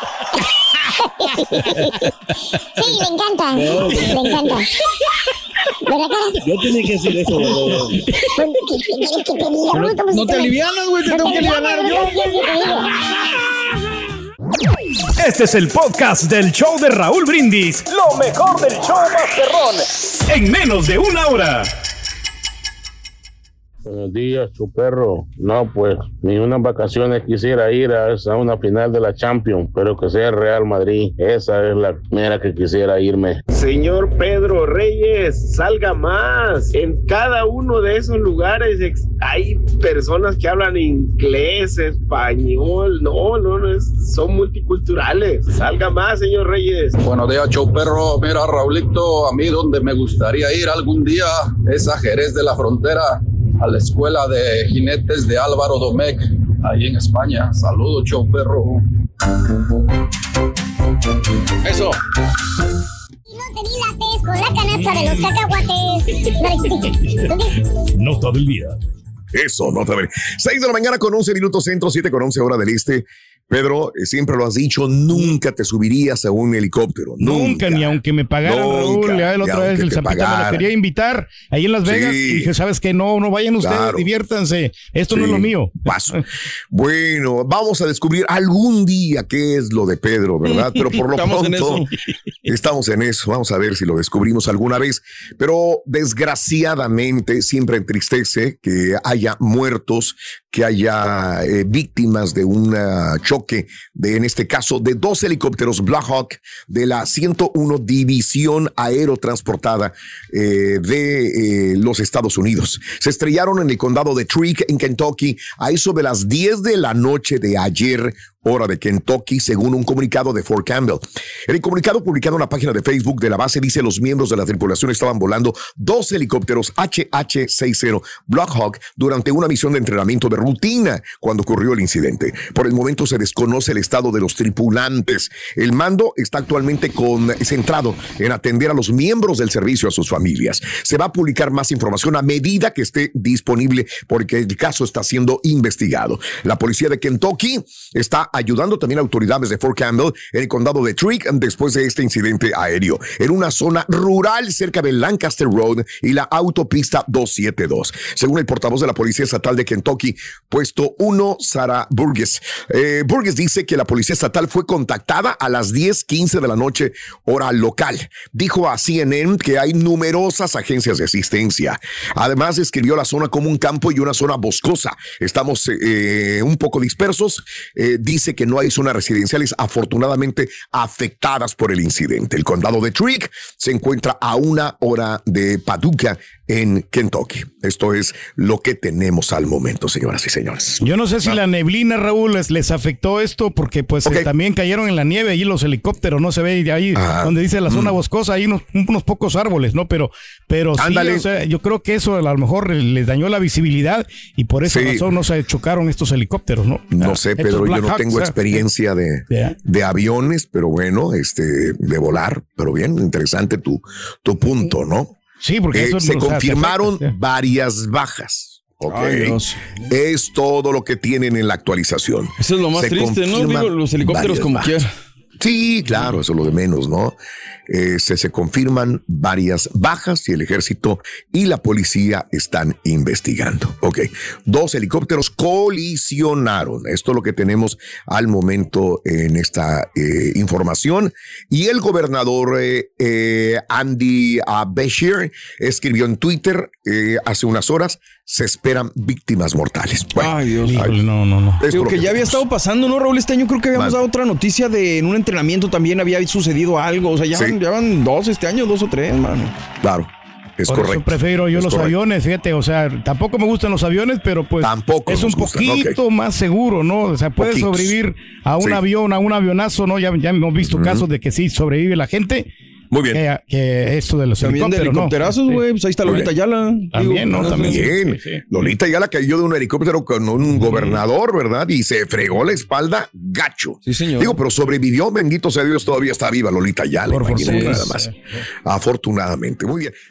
Sí, le encanta. No, le encanta. ¿Verdad, cara? Yo tenía que decir eso, güey. ¿Qué quieres que te diga? No te alivianas, güey, te tengo que alivianar yo. Este es el podcast del show de Raúl Brindis. Lo mejor del show Masterrón. En menos de una hora. Buenos días, chuperro. No, pues, ni unas vacaciones quisiera ir a, esa, a una final de la Champions, pero que sea Real Madrid. Esa es la mera que quisiera irme. Señor Pedro Reyes, salga más. En cada uno de esos lugares hay personas que hablan inglés, español. No, no, no, es, son multiculturales. Salga más, señor Reyes. Buenos días, chuperro. Mira, Raulito, a mí donde me gustaría ir algún día es a Jerez de la Frontera, a la escuela de jinetes de Álvaro Domecq, ahí en España. Saludos, show perro. Eso. No te dilates con la canasta de los cacahuates. Nota del día. Eso, nota del día. seis de la mañana con once minutos centro, siete con once hora del este. Pedro, siempre lo has dicho, nunca te subirías a un helicóptero. Nunca, nunca ni aunque me pagaran, nunca, Raúl. Ya la otra vez el Zapita me lo quería invitar ahí en Las Vegas. Sí. Y dije, ¿sabes qué? No, no vayan ustedes, claro. Diviértanse. Esto sí. No es lo mío. Paso. Bueno, vamos a descubrir algún día qué es lo de Pedro, ¿verdad? Pero por lo estamos pronto en estamos en eso. Vamos a ver si lo descubrimos alguna vez. Pero desgraciadamente siempre entristece que haya muertos, que haya eh, víctimas de un choque de, en este caso, de dos helicópteros Black Hawk de la ciento uno División Aerotransportada eh, de eh, los Estados Unidos. Se estrellaron en el condado de Trick, en Kentucky, a eso de las diez de la noche de ayer, hora de Kentucky, según un comunicado de Fort Campbell. En el comunicado publicado en la página de Facebook de la base dice: los miembros de la tripulación estaban volando dos helicópteros H H sesenta Black Hawk durante una misión de entrenamiento de rutina cuando ocurrió el incidente. Por el momento se desconoce el estado de los tripulantes. El mando está actualmente concentrado en atender a los miembros del servicio a sus familias. Se va a publicar más información a medida que esté disponible porque el caso está siendo investigado. La policía de Kentucky está ayudando también a autoridades de Fort Campbell en el condado de Trick después de este incidente aéreo en una zona rural cerca de Lancaster Road y la autopista doscientos setenta y dos. Según el portavoz de la Policía Estatal de Kentucky, puesto uno, Sarah Burgess. Eh, Burgess dice que la Policía Estatal fue contactada a las diez quince de la noche, hora local. Dijo a C N N que hay numerosas agencias de asistencia. Además, describió la zona como un campo y una zona boscosa. Estamos eh, un poco dispersos. Eh, dice que no hay zonas residenciales afortunadamente afectadas por el incidente. El condado de Trick se encuentra a una hora de Paducah, en Kentucky. Esto es lo que tenemos al momento, señoras y señores. Yo no sé si ah. la neblina, Raúl, les, les afectó esto, porque pues okay. eh, también cayeron en la nieve ahí los helicópteros, no se ve ahí ah. donde dice la zona mm. boscosa, hay unos, unos pocos árboles, ¿no? Pero, pero sí, o sea, yo creo que eso a lo mejor les dañó la visibilidad y por esa sí. razón no se chocaron estos helicópteros, ¿no? No sé, Pedro, yo no tengo experiencia de, yeah. de aviones, pero bueno, este, de volar, pero bien, interesante tu, tu punto, ¿no? Sí, porque eh, eso se no, confirmaron o sea, varias bajas. Okay. Ay, es todo lo que tienen en la actualización. Eso es lo más se triste, ¿no? Digo, los helicópteros como quiera. Sí, claro, eso es lo de menos, ¿no? Eh, se, se confirman varias bajas y el ejército y la policía están investigando. Ok, dos helicópteros colisionaron. Esto es lo que tenemos al momento en esta eh, información. Y el gobernador eh, eh, Andy uh, Beshear escribió en Twitter eh, hace unas horas: se esperan víctimas mortales. Bueno, ay, Dios. Ay, no, no, no. Digo que, que ya había estado pasando, ¿no, Raúl? Este año creo que habíamos Man. dado otra noticia de en un entrenamiento también había sucedido algo. O sea, ya, sí. van, ya van dos este año, dos o tres, mano. Claro. Es Por correcto. Eso prefiero yo es los correcto. aviones, fíjate, o sea, tampoco me gustan los aviones, pero pues tampoco es un poquito okay. más seguro, ¿no? O sea, puedes Poquitos. sobrevivir a un sí. avión, a un avionazo, ¿no? Ya, ya hemos visto uh-huh. casos de que sí sobrevive la gente. Muy bien. Que, que esto de los también helicópteros, de helicópteros, güey. ¿no? Pues ahí está Lolita Ayala. También, digo, ¿no? También. Bien. Sí, sí. Lolita Ayala cayó de un helicóptero con un gobernador, ¿verdad? Y se fregó la espalda gacho. Sí, señor. Digo, pero sobrevivió, bendito sea Dios, todavía está viva Lolita Ayala. Por imagínate fortuna. nada más. Afortunadamente. Muy bien.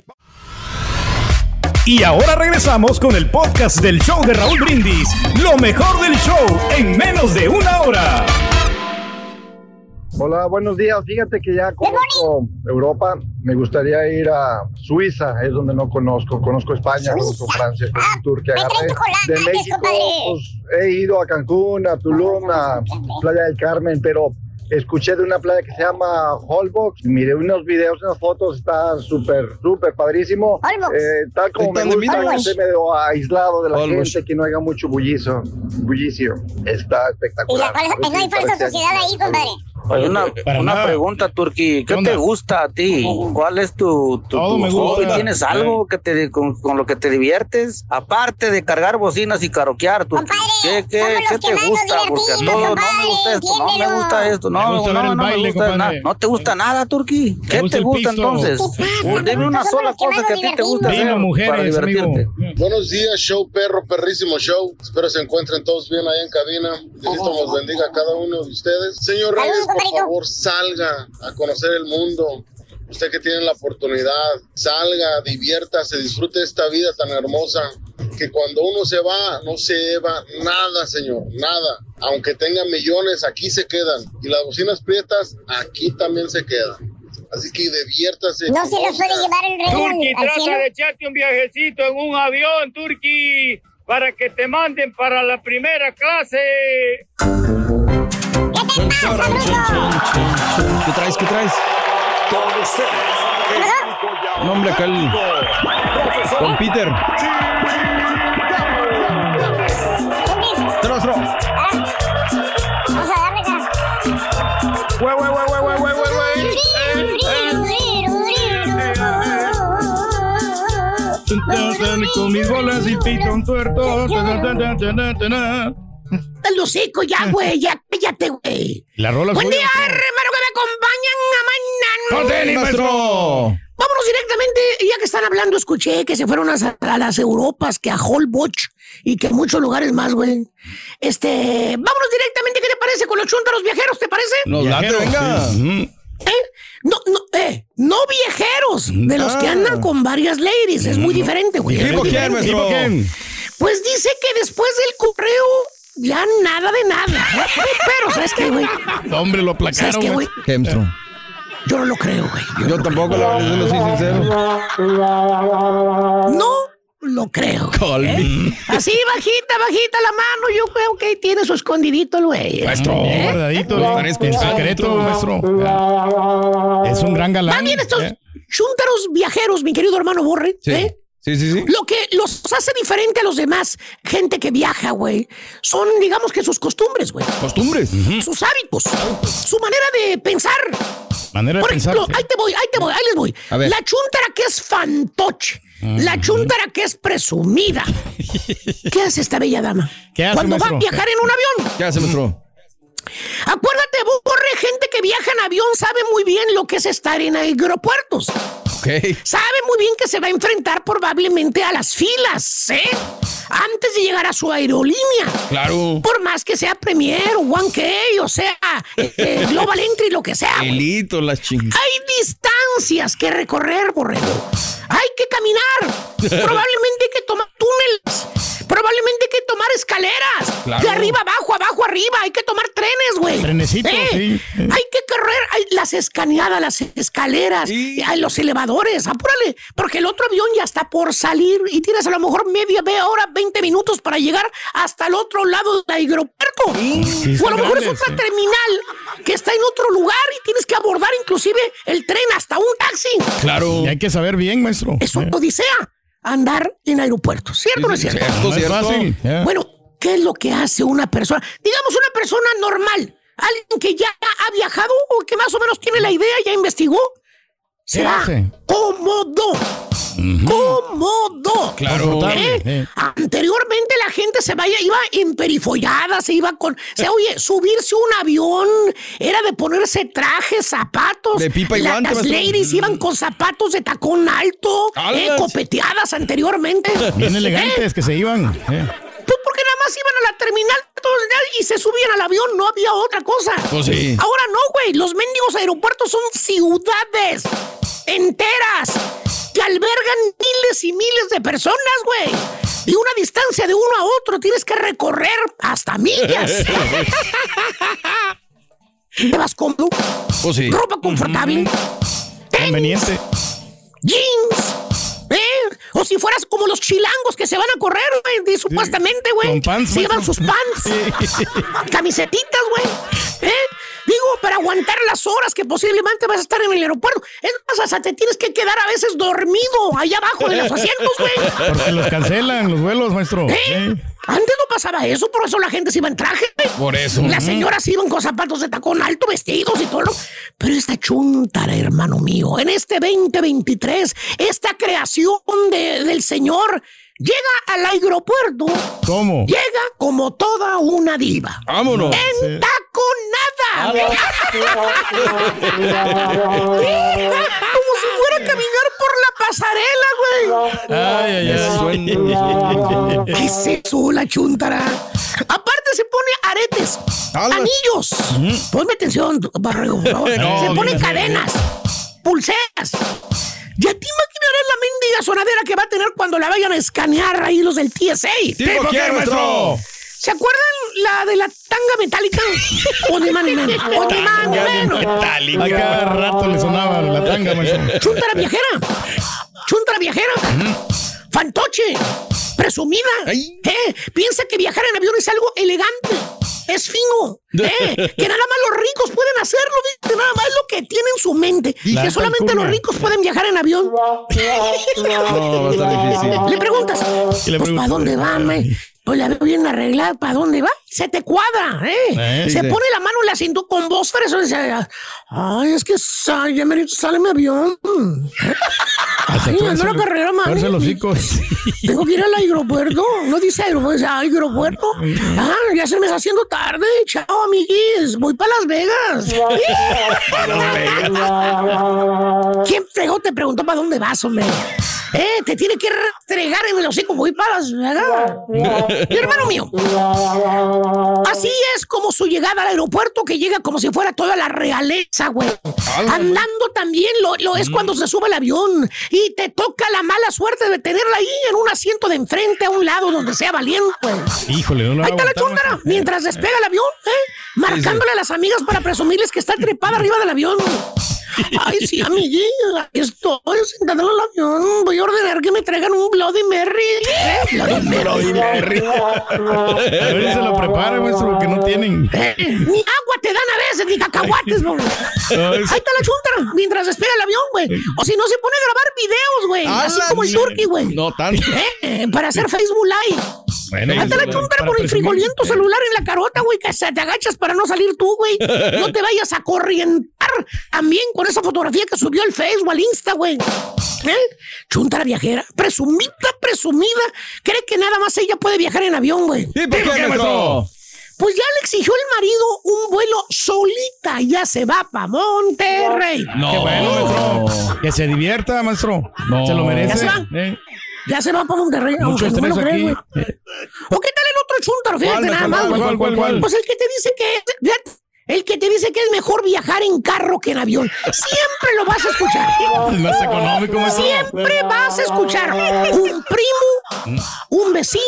Y ahora regresamos con el podcast del show de Raúl Brindis. Lo mejor del show en menos de una hora. Hola, buenos días. Fíjate que ya conozco Europa. Me gustaría ir a Suiza, es donde no conozco. Conozco España, conozco Francia, conozco un tour que agarré. De México, pues, he ido a Cancún, a Tulum, a Playa del Carmen, pero escuché de una playa que se llama Holbox. Miré unos videos, unas fotos, está súper, súper padrísimo. Eh, tal como me gusta, que esté medio aislado de la Holbox. Gente, que no haya mucho bullizo, bullicio. Está espectacular. ¿Y la, cual, no hay falsa sociedad ahí, compadre? Oye, una, una pregunta, Turki. ¿Qué, ¿Qué te gusta a ti? ¿Cuál es tu, tu, tu hobby? ¿Tienes algo que te, con, con lo que te diviertes? Aparte de cargar bocinas y karaokear, Turki. ¿Qué, qué, ¿qué te gusta? Porque a todos no me gusta esto, no me gusta esto, no, no, no, no me gusta nada. ¿No te gusta nada, Turki? ¿Qué te gusta entonces? Dime una sola cosa que a ti te gusta hacer para divertirte. Buenos días, show perro, perrísimo show. Espero se encuentren todos bien ahí en cabina. Diosito los bendiga a cada uno de ustedes. Señor Reyes, por favor, salga a conocer el mundo. Usted que tiene la oportunidad, salga, diviértase, disfrute esta vida tan hermosa, que cuando uno se va, no se lleva nada, señor, nada. Aunque tenga millones, aquí se quedan. Y las bocinas prietas, aquí también se quedan. Así que diviértase. No se los puede llevar el rey Turki, al, al trata cielo. de echarte un viajecito en un avión, Turki, para que te manden para la primera clase. ¿Qué traes? ¿Qué traes? Con ustedes, el No, hombre, acá el... Con Peter. Trostro. Vamos a darle, cara. Güey, güey, güey, güey, güey, güey, güey. Con mis bolas y pitón tuerto. El hocico ya, güey, ya, cállate, güey. La rola. Buen día, hermano, que me acompañan a mañana. ¡No tenis, maestro! Vámonos directamente, ya que están hablando, escuché que se fueron a, a las Europas, que a Holbox y que a muchos lugares más, güey. Este, vámonos directamente, ¿qué te parece con los chuntaros viajeros, te parece? Nos late, venga. Sí. ¿Eh? No, no, eh, no viajeros, de los ah. que andan con varias ladies, es muy diferente, güey. ¿Tipo quién, maestro? Pues dice que después del correo ya nada de nada. Pero, ¿sabes qué, güey? Hombre, lo aplacaron. ¿Sabes qué, güey? ¿Qué, maestro? Yo no lo creo, güey. Yo, Yo no tampoco, la verdad, lo soy sincero. No lo creo. ¿Eh? Así, bajita, bajita la mano. Yo creo que tiene su escondidito el güey. Maestro, ¿eh? Guardadito. En secreto, maestro. Es un gran galán. Van bien estos ¿eh? chúntaros viajeros, mi querido hermano Borre. Sí. ¿Eh? Sí, sí, sí. Lo que los hace diferente a los demás, gente que viaja, güey, son, digamos que sus costumbres, güey. ¿Costumbres? Uh-huh. Sus hábitos, su manera de pensar. Manera Por de ejemplo, pensar. ahí te voy, ahí te voy, ahí les voy. La chúntara que es fantoche, uh-huh. la chúntara que es presumida. ¿Qué hace esta bella dama? ¿Qué hace, Cuando maestro? va a viajar en un avión. ¿Qué hace, maestro? Acuérdate, Borre, gente que viaja en avión sabe muy bien lo que es estar en aeropuertos. Okay. Sabe muy bien que se va a enfrentar probablemente a las filas, ¿eh? Antes de llegar a su aerolínea. Claro. Por más que sea Premier o one K, o sea, eh, Global Entry, lo que sea. Elito, las chingas. Hay distancias que recorrer, Borrego. Hay que caminar. Probablemente hay que tomar túneles. Probablemente hay que tomar escaleras. Claro. De arriba abajo, abajo arriba. Hay que tomar trenes, güey. Trenecitos, ¿Eh? sí. Hay que correr hay las escaneadas, las escaleras, sí. Hay los elevadores. Apúrale, porque el otro avión ya está por salir y tienes a lo mejor media hora, veinte minutos para llegar hasta el otro lado del aeropuerto. Sí, sí, o a lo mejor grandes, es otra sí. terminal que está en otro lugar y tienes que abordar inclusive el tren hasta un taxi. Claro. Y hay que saber bien, maestro. Eso ¿Eh? odisea. Andar en aeropuertos, ¿cierto o no es cierto? Cierto, cierto. Sí. Yeah. Bueno, ¿qué es lo que hace una persona? Digamos una persona normal, alguien que ya ha viajado o que más o menos tiene la idea, ya investigó. Será cómodo. Uh-huh. Cómodo. Claro. ¿Eh? Eh. Anteriormente la gente se vaya, iba emperifollada, se iba con. O sea, oye, subirse un avión era de ponerse trajes, zapatos. De pipa y la, guante. Las ladies iban con zapatos de tacón alto, eh, copeteadas anteriormente. Bien elegantes ¿Eh? que se iban. Eh. Pues porque nada más iban a la terminal y se subían al avión, no había otra cosa. Pues sí. Ahora no, güey. Los mendigos aeropuertos son ciudades enteras que albergan miles y miles de personas, güey. Y una distancia de uno a otro tienes que recorrer hasta millas. Te vas cómodo. Pues sí. Ropa confortable. Mm-hmm. Conveniente. Jeans. ¿Eh? O si fueras como los chilangos que se van a correr, güey, supuestamente, güey. Con pants, se llevan sus pants. Sí. Camisetitas, güey. ¿Eh? Digo, para aguantar las horas que posiblemente vas a estar en el aeropuerto. Es más, hasta te tienes que quedar a veces dormido allá abajo de los asientos, güey. Porque los cancelan los vuelos, maestro. ¿Eh? ¿Eh? Antes no pasaba eso, por eso la gente se iba en traje, güey. Por eso. Las señoras iban con zapatos de tacón alto, vestidos y todo. Pero esta chuntara, hermano mío, en este veinte veintitrés, esta creación de, del señor... Llega al aeropuerto. ¿Cómo? Llega como toda una diva. Vámonos. En taconada. Como si fuera a caminar por la pasarela, güey. Ay, ay, ay. ¿Qué es eso, la chuntara? Aparte se pone aretes, Alba. anillos. Uh-huh. Ponme atención, Barrego, por favor. No, se pone cadenas, pulseras. Ya te imaginarás la mendiga sonadera que va a tener cuando la vayan a escanear ahí los del T S A. ¿Tipo quién, maestro? ¿Se acuerdan la de la tanga metálica? O de mano y menos. O de mano y menos. Metálica. A cada rato le sonaba la tanga, maestro. Chuntara viajera. Chuntara viajera. Uh-huh. Fantoche. Presumida. ¿Eh? Piensa que viajar en avión es algo elegante. Es fino, ¿eh? Que nada más los ricos pueden hacerlo, ¿viste? Nada más lo que tienen en su mente. Y que solamente los ricos pueden viajar en avión. No, va a estar difícil. Le preguntas, pues, ¿para dónde va, me? Pues la veo bien arreglada, ¿para dónde va? Se te cuadra, ¿eh? eh Se sí. pone la mano en la cintura con voz fresa y dice, ay, es que sale, ya me sale mi avión. Ay, ando la carrera, man. Los hocicos. Tengo que ir al aeropuerto. No dice aeropuerto, dice aeropuerto. Ah, ya se me está haciendo tarde. Chao, amiguis. Voy para Las Vegas. ¿Quién fregó te preguntó para dónde vas, hombre? Eh, te tiene que restregar en el hocico. Voy para Las Vegas. Mi hermano mío. Así es como su llegada al aeropuerto, que llega como si fuera toda la realeza, güey. Andando también lo, lo es cuando se sube el avión y te toca la mala suerte de tenerla ahí en un asiento de enfrente, a un lado, donde sea valiente, güey. Híjole, no lo Ahí está la chúndara, mientras despega el avión, ¿eh? Marcándole a las amigas para presumirles que está trepada arriba del avión. Ay, sí, amiguita, estoy sentada en el avión. Voy a ordenar que me traigan un Bloody Mary. ¿Eh? Bloody Mary. Bloody Mary. A ver si se lo prepara, maestro, que no tienen. Eh, ni agua te dan a veces, ni cacahuates, güey. Ahí está la chuntara, mientras despega el avión, güey. O si no, se pone a grabar videos, güey. Así como el turqui, güey. No tanto. Eh, para hacer Facebook Live. Bueno, ahí está la chuntara con el frijoliento celular en la carota, güey, que te agachas para no salir tú, güey. No te vayas a corrientar también con esa fotografía que subió al Facebook, al Insta, güey. ¿Eh? Chuntara viajera, presumida, presumida. Cree que nada más ella puede viajar en avión, güey. ¿Y por qué, maestro? Pues ya le exigió el marido un vuelo solita. Ya se va para Monterrey. No. Qué bueno, maestro. Que se divierta, maestro. No. Se lo merece. Ya se va. ¿Eh? Ya se va para Monterrey. Mucho aunque no me lo estrés cree, güey. aquí. ¿O qué tal el otro chuntaro? Fíjate nada más, güey. ¿Cuál, cuál, cuál? Pues el que te dice que... Fíjate, el que te dice que es mejor viajar en carro que en avión. Siempre lo vas a escuchar. Es más económico, maestro. Siempre vas a escuchar un primo, un vecino,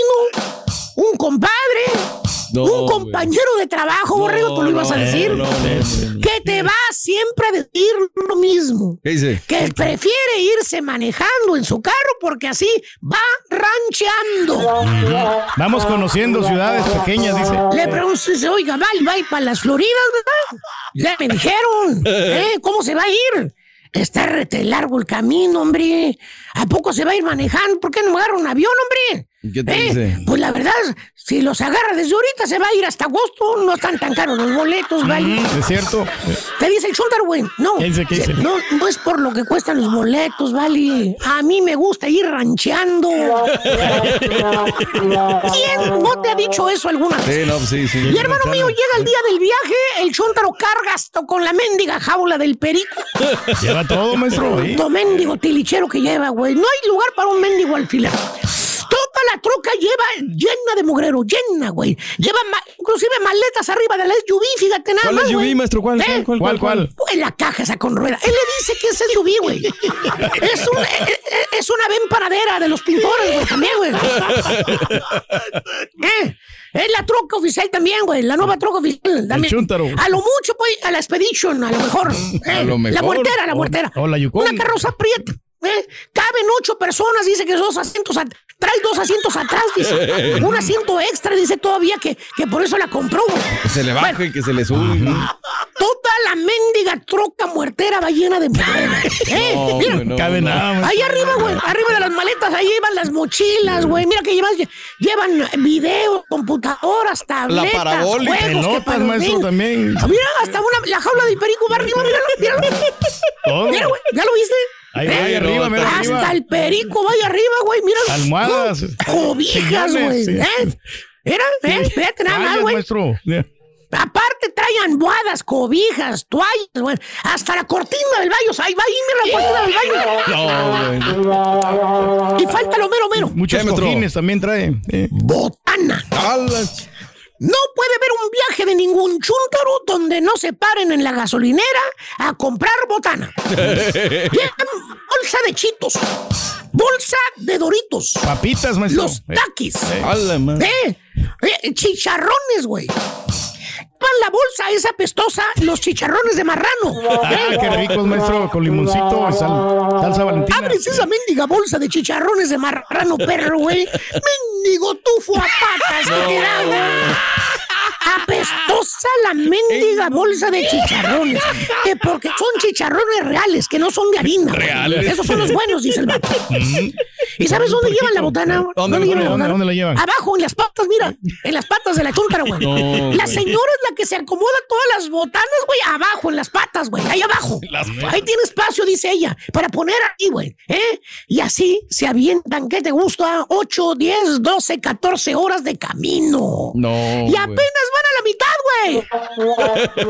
un compadre, no, un compañero wey. de trabajo, no, Borrego, tú lo ibas no, a decir, no, no, no, que te va siempre a decir lo mismo. ¿Qué dice? Que prefiere irse manejando en su carro porque así va rancheando. Uh-huh. Vamos conociendo ciudades pequeñas, dice. Le pregunto, dice, oiga, va, va para las Floridas, ¿verdad? Ya me dijeron, ¿eh? ¿Cómo se va a ir? Está rete largo el camino, hombre. ¿A poco se va a ir manejando? ¿Por qué no agarra un avión, hombre? ¿Qué te ¿Eh? dice? Pues la verdad, si los agarra desde ahorita, se va a ir hasta agosto. No están tan caros los boletos, ¿vale? Mm, es cierto. ¿Qué dice el Chuntaro, güey? No. ¿Qué dice? ¿Qué dice? No, no es por lo que cuestan los boletos, ¿vale? A mí me gusta ir rancheando. ¿Quién no te ha dicho eso alguna vez? Sí, no, sí, sí. Y hermano mío, llega el día del viaje, el Chuntaro carga hasta con la mendiga jaula del perico. Lleva todo, maestro. ¿Eh? Todo mendigo tilichero que lleva, güey. No hay lugar para un mendigo alfiler. Toda la troca lleva llena de mugrero, llena, güey. Lleva ma- inclusive maletas arriba de la S U V, fíjate nada ¿Cuál más, es S U V, güey. maestro? ¿Cuál, ¿Eh? cuál, cuál, ¿Cuál, cuál? Pues la caja esa con rueda. Él le dice que es S U V, güey. Es, un, es, es una ven panadera de los pintores, güey, también, güey. ¿Eh? Es la troca oficial también, güey. La nueva troca oficial. También. A lo mucho, pues, a la Expedition, a lo mejor. Eh, a lo mejor. La muertera, la muertera. O, o la Yukon. Una carroza prieta. Eh, caben ocho personas, dice que dos asientos, a, trae dos asientos atrás, dice. Un asiento extra, dice todavía que, que por eso la compró, güey. Que se le baje, bueno, que se le sube. Toda la mendiga troca muertera va llena de mujeres. Eh, no, mira, no cabe nada. Ahí arriba, güey, arriba de las maletas, ahí llevan las mochilas, güey. Mira que llevan, llevan videos, computadoras, tabletas, la parabólica, juegos, pelotas, maestro, también. Mira, hasta una, la jaula de perico va arriba, míralo, míralo. Mira, güey, ¿ya lo viste? Ahí va, ahí arriba, mira, hasta arriba. el perico va ahí arriba, güey, mira. Almohadas. Cobijas, güey. ¿Eh? Mira, eh, fíjate nada más, güey. Aparte traen almohadas, cobijas, toallas, güey. Hasta la cortina del baño. Ahí va ahí, mira la cortina del baño. No, güey. Y falta lo mero, mero. Muchos cojines también trae. Eh. Botana. No puede haber un viaje de ningún chúntaro donde no se paren en la gasolinera a comprar botana. Llevan bolsa de Chitos, bolsa de Doritos, papitas, maestro. Los Takis, eh. eh, eh, chicharrones, güey. La bolsa esa pestosa, los chicharrones de marrano. Ah, ¿eh? Qué ricos, maestro, con limoncito, sal, salsa valentina. Abres esa mendiga bolsa de chicharrones de marrano, perro, güey. Mendigo tufo a patas no. que te da, güey. Apestosa la mendiga bolsa de chicharrones. Que porque son chicharrones reales, que no son de harina. Reales. Esos son los buenos, dice el vato. ¿Y sabes dónde llevan la botana? ¿Dónde, ¿Dónde, ¿dónde, llevan la ¿dónde, ¿Dónde la llevan? Abajo, en las patas, mira. En las patas de la chúntara, güey. No, la señora es la que se acomoda todas las botanas, güey, abajo, en las patas, güey. Ahí abajo. Ahí tiene espacio, dice ella, para poner ahí, güey. ¿Eh? Y así se avientan, ¿qué te gusta? ocho, diez, doce, catorce horas de camino. No. Y apenas van a la mitad,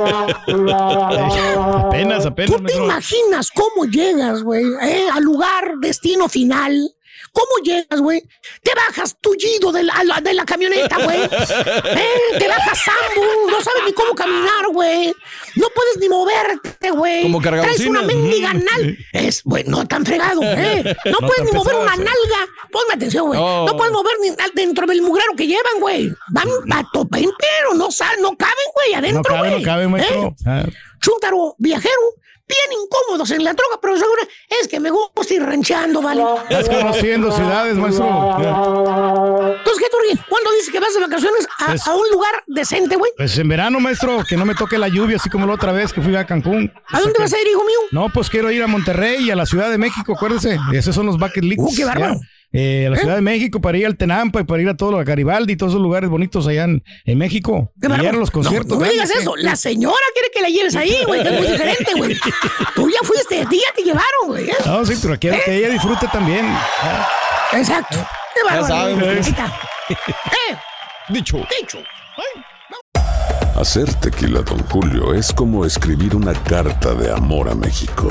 güey. apenas, apenas. ¿Tú te imaginas cómo llegas, güey, eh, al lugar, destino final? ¿Cómo llegas, güey? Te bajas tullido de la, de la camioneta, güey. ¿Eh? Te bajas sambo, no sabes ni cómo caminar, güey. No puedes ni moverte, güey. Como cargabocinas. Traes una mendiga nalga. Es, güey, no tan fregado, ¿eh? No, no puedes ni mover una eso. nalga. Ponme atención, güey. Oh. No puedes mover ni dentro del mugrero que llevan, güey. Van a tope, pero no, no caben, güey, adentro, güey. No cabe, no cabe, maestro. ¿Eh? Chúntaro, viajero. Bien incómodos en la droga, pero seguro es que me gusta ir ranchando, ¿vale? Estás conociendo ciudades, maestro. Entonces, ¿qué, Turquín? ¿Cuándo dices que vas de vacaciones a, pues, a un lugar decente, güey? Pues en verano, maestro, que no me toque la lluvia, así como la otra vez que fui a Cancún. ¿A dónde que... vas a ir, hijo mío? No, pues quiero ir a Monterrey y a la Ciudad de México, acuérdese. Esos son los bucket lists. ¡Uh, qué bárbaro! Eh, a la ¿Eh? Ciudad de México para ir al Tenampa y para ir a todo lo de Garibaldi y todos esos lugares bonitos allá en, en México. ¿Qué y ir a los conciertos. No, no me digas eso. La señora quiere que la lleves ahí, güey, que es muy diferente, güey. Tú ya fuiste, a ti ya te llevaron, güey. ¿eh? No, sí, pero quiero ¿Eh? que ella disfrute también. Exacto. ¿Eh? Qué bárbaro. Ya saben. ¿Eh? Dicho. Dicho. Ay. Hacer tequila, Don Julio, es como escribir una carta de amor a México.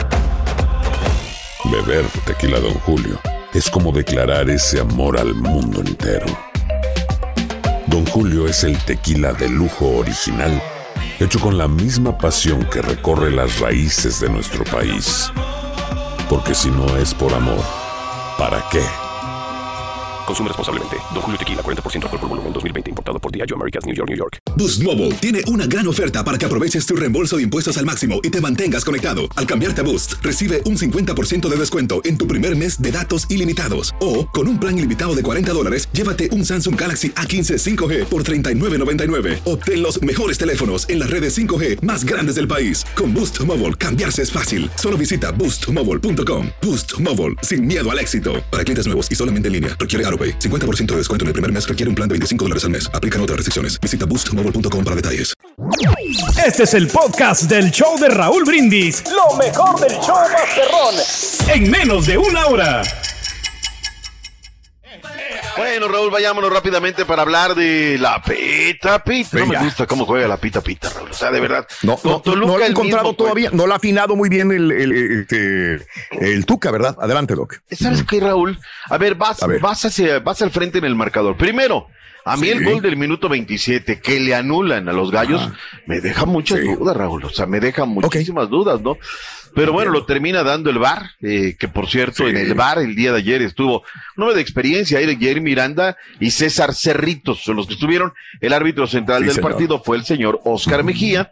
Beber tequila, Don Julio, es como declarar ese amor al mundo entero. Don Julio es el tequila de lujo original, hecho con la misma pasión que recorre las raíces de nuestro país. Porque si no es por amor, ¿para qué? Consume responsablemente. Don Julio Tequila, cuarenta por ciento alcohol por volumen, dos mil veinte. Importado por Diageo Americas, New York, New York. Boost Mobile tiene una gran oferta para que aproveches tu reembolso de impuestos al máximo y te mantengas conectado. Al cambiarte a Boost, recibe un cincuenta por ciento de descuento en tu primer mes de datos ilimitados. O, con un plan ilimitado de cuarenta dólares, llévate un Samsung Galaxy A quince cinco G por treinta y nueve noventa y nueve. Obtén los mejores teléfonos en las redes cinco G más grandes del país. Con Boost Mobile, cambiarse es fácil. Solo visita boost mobile punto com. Boost Mobile, sin miedo al éxito. Para clientes nuevos y solamente en línea, requiere AutoPay. cincuenta por ciento de descuento en el primer mes, requiere un plan de veinticinco dólares al mes. Aplican otras restricciones. Visita boost mobile punto com para detalles. Este es el podcast del show de Raúl Brindis. Lo mejor del show Masterrón. En menos de una hora. Bueno, Raúl, vayámonos rápidamente para hablar de la pita pita. No me gusta cómo juega la pita pita, Raúl. O sea, de verdad. No, no, no lo he encontrado todavía. No lo ha afinado muy bien el, el, el, el, el Tuca, ¿verdad? Adelante, Doc. ¿Sabes qué, Raúl? A ver, vas, a ver. vas hacia, vas al frente en el marcador. Primero, A mí sí. el gol del minuto veintisiete que le anulan a los Gallos ah. me deja muchas sí. dudas, Raúl. O sea, me deja muchísimas okay. dudas, ¿no? Pero bueno, lo termina dando el V A R, eh, que por cierto, sí. en el V A R el día de ayer estuvo un hombre de experiencia ahí de Jerry Miranda y César Cerritos, son los que estuvieron. El árbitro central sí, del señor. partido fue el señor Oscar Mejía.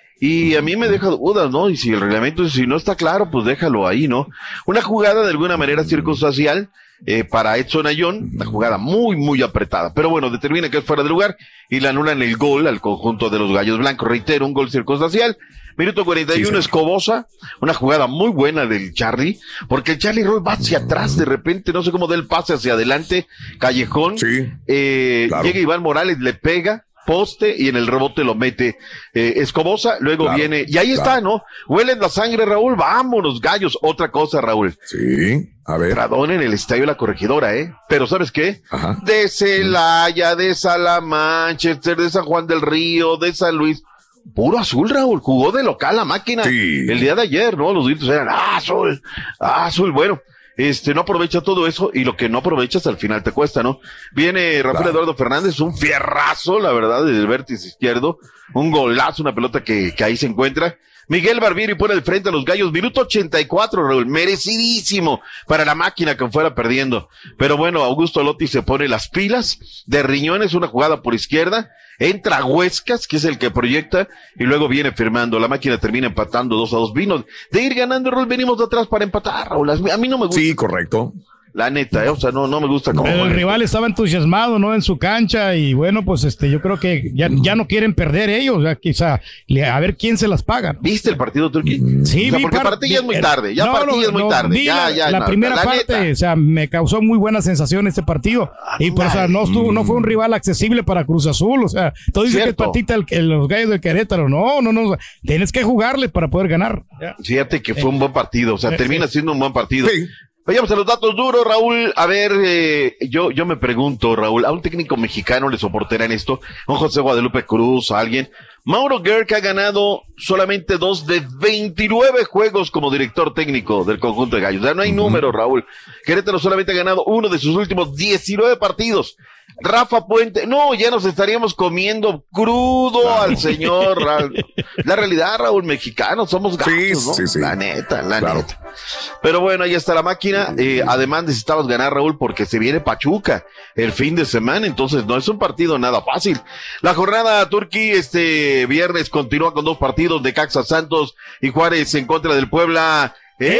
Y a mí me deja dudas, ¿no? Y si el reglamento, si no está claro, pues déjalo ahí, ¿no? Una jugada de alguna manera circunstancial eh, para Edson Ayón, una jugada muy, muy apretada. Pero bueno, determina que es fuera de lugar y le anulan el gol al conjunto de los Gallos Blancos. Reitero, un gol circunstancial. Minuto cuarenta y uno, sí, Escobosa, una jugada muy buena del Charlie, porque el Charlie Roy va hacia atrás de repente, no sé cómo da el pase hacia adelante, Callejón, sí, eh, claro. llega Iván Morales, le pega, poste y en el rebote lo mete eh, Escobosa, luego claro, viene, y ahí claro. está, ¿no? Huelen la sangre, Raúl, vámonos, Gallos. Otra cosa, Raúl. Sí, a ver. Radón en el Estadio La Corregidora, ¿eh? Pero ¿sabes qué? Ajá. De Celaya, de Salamanchester, de San Juan del Río, de San Luis, puro azul, Raúl, jugó de local la máquina sí. el día de ayer, ¿no? Los gritos eran ah, azul, ah, azul, bueno. Este, no aprovecha todo eso, y lo que no aprovechas al final te cuesta, ¿no? Viene Rafael claro. Eduardo Fernández, un fierrazo, la verdad, desde el vértice izquierdo, un golazo, una pelota que, que ahí se encuentra. Miguel Barbieri pone el frente a los Gallos, minuto ochenta y cuatro, Raúl, merecidísimo para la máquina que fuera perdiendo. Pero bueno, Augusto Lotti se pone las pilas, de riñones, una jugada por izquierda, entra Huescas, que es el que proyecta, y luego viene firmando. La máquina termina empatando dos a dos. Vino de ir ganando, Raúl, venimos de atrás para empatar, Raúl. A mí no me gusta. Sí, correcto. La neta, ¿eh? O sea, no, no me gusta cómo. Pero el rival estaba entusiasmado, ¿no? En su cancha, y bueno, pues este, yo creo que ya, ya no quieren perder ellos, o sea, quizá, a ver quién se las paga. ¿Viste el partido, Turquí? Sí, o sea, vi porque par- para ti ya es muy tarde, ya no, para ti ya es muy no, tarde. Vi ya, la, ya, la no, primera la parte, neta. o sea, me causó muy buena sensación este partido, y por eso no, estuvo, no fue un rival accesible para Cruz Azul, o sea, todo dice Cierto. que es patita el, el, los Gallos del Querétaro, no, no, no, tienes que jugarle para poder ganar. Ya. Fíjate que fue un buen partido, o sea, Sí, termina sí. siendo un buen partido. Sí. Vayamos a los datos duros, Raúl. A ver, eh, yo yo me pregunto, Raúl, ¿a un técnico mexicano le soportarán esto? ¿A un José Guadalupe Cruz, a alguien? Mauro Gerg ha ganado solamente dos de veintinueve juegos como director técnico del conjunto de Gallos. Ya no hay uh-huh. número, Raúl. Querétaro solamente ha ganado uno de sus últimos diecinueve partidos. Rafa Puente, no, ya nos estaríamos comiendo crudo al señor. Raúl. La realidad, Raúl, mexicanos, somos gatos, sí, ¿no? Sí, sí. La neta, la claro. neta. Pero bueno, ahí está la máquina. Eh, además necesitamos ganar, Raúl, porque se viene Pachuca el fin de semana, entonces no es un partido nada fácil. La jornada Turquí este viernes continúa con dos partidos, de Necaxa Santos y Juárez en contra del Puebla.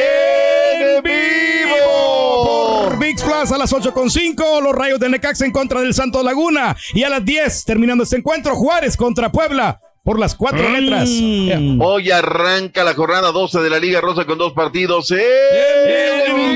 ¡En vivo! Por ViX Plus a las ocho con cinco, los Rayos de Necaxa en contra del Santos Laguna. Y a las diez, terminando este encuentro, Juárez contra Puebla. Por las cuatro mm. letras. Yeah. Hoy arranca la jornada doce de la Liga Rosa con dos partidos en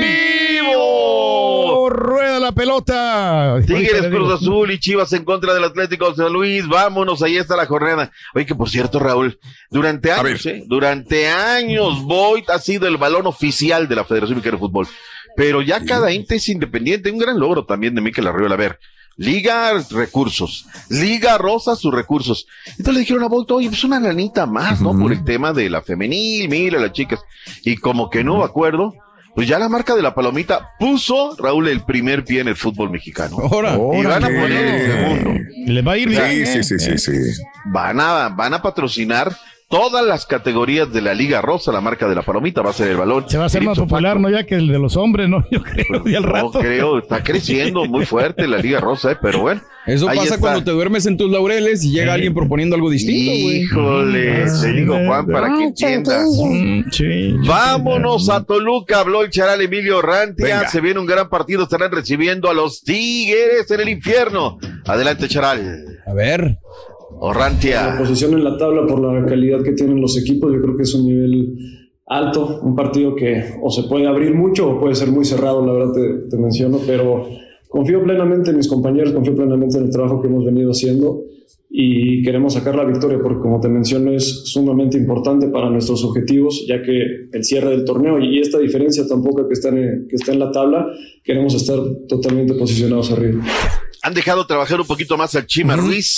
vivo. Rueda la pelota. Tigres, Cruz Azul y Chivas en contra del Atlético de San Luis. Vámonos, ahí está la jornada. Oye, que por cierto, Raúl, durante años, ¿eh? durante años, Voit ha sido el balón oficial de la Federación Mexicana de Fútbol. Pero ya cada ente es independiente. Un gran logro también de Mikel Arriola. A ver. Liga recursos, Liga Rosa sus recursos. Entonces le dijeron a Bolt, oye, pues una lanita más, ¿no? Uh-huh. Por el tema de la femenil, mira las chicas. Y como que no hubo acuerdo, pues ya la marca de la palomita puso, Raúl, el primer pie en el fútbol mexicano. Ahora, y van a poner el segundo. Le va a ir bien. Sí, sí, sí, sí, sí. Van a, van a patrocinar todas las categorías de la Liga Rosa, la marca de la palomita va a ser el balón. Se va a hacer más popular, facto. ¿no? Ya que el de los hombres, ¿no? Yo creo, pues, ya al rato. No creo, está creciendo muy fuerte la Liga Rosa, ¿eh? Pero bueno. Eso pasa está. Cuando te duermes en tus laureles y llega sí. alguien proponiendo algo distinto, güey. Híjole, mm, te digo, Juan, para que entiendas. Mm, sí, Vámonos a Toluca, habló el charal Emilio Rantia. Venga. Se viene un gran partido, estarán recibiendo a los Tigres en el infierno. Adelante, charal. A ver. Orrantia. La posición en la tabla por la calidad que tienen los equipos, yo creo que es un nivel alto, un partido que o se puede abrir mucho o puede ser muy cerrado, la verdad te, te menciono, pero confío plenamente en mis compañeros, confío plenamente en el trabajo que hemos venido haciendo y queremos sacar la victoria porque, como te menciono, es sumamente importante para nuestros objetivos, ya que el cierre del torneo y esta diferencia tan poca que está en, que está en la tabla, queremos estar totalmente posicionados arriba. Han dejado trabajar un poquito más al Chima uh-huh. Ruiz.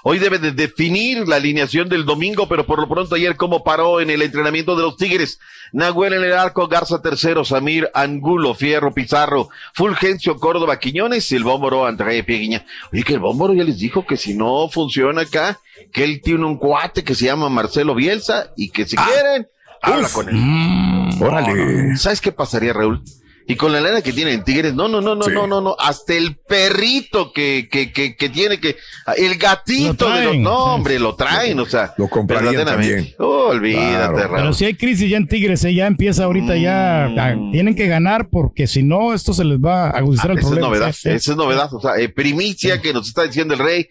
Hoy debe de definir la alineación del domingo, pero por lo pronto ayer cómo paró en el entrenamiento de los Tigres. Nahuel en el arco, Garza tercero, Samir, Angulo, Fierro, Pizarro, Fulgencio, Córdoba, Quiñones y el Bómboro, André Pieguiña. Oye, que el Bómboro ya les dijo que si no funciona acá, que él tiene un cuate que se llama Marcelo Bielsa y que si ah, quieren, habla con él. Mm, órale. ¿Sabes qué pasaría, Raúl? Y con la lana que tienen Tigres, no, no, no, no, sí. no, no, no, hasta el perrito que, que, que, que tiene que, el gatito de los, no, hombre, lo traen, o sea. Lo comprarían también. Oh, olvídate, claro. Pero si hay crisis ya en Tigres, eh, ya empieza ahorita mm. ya, ya, tienen que ganar porque si no, esto se les va a agudizar ah, el esa problema. Es novedad, sí, esa es novedad, o sea, eh, primicia sí. que nos está diciendo el rey.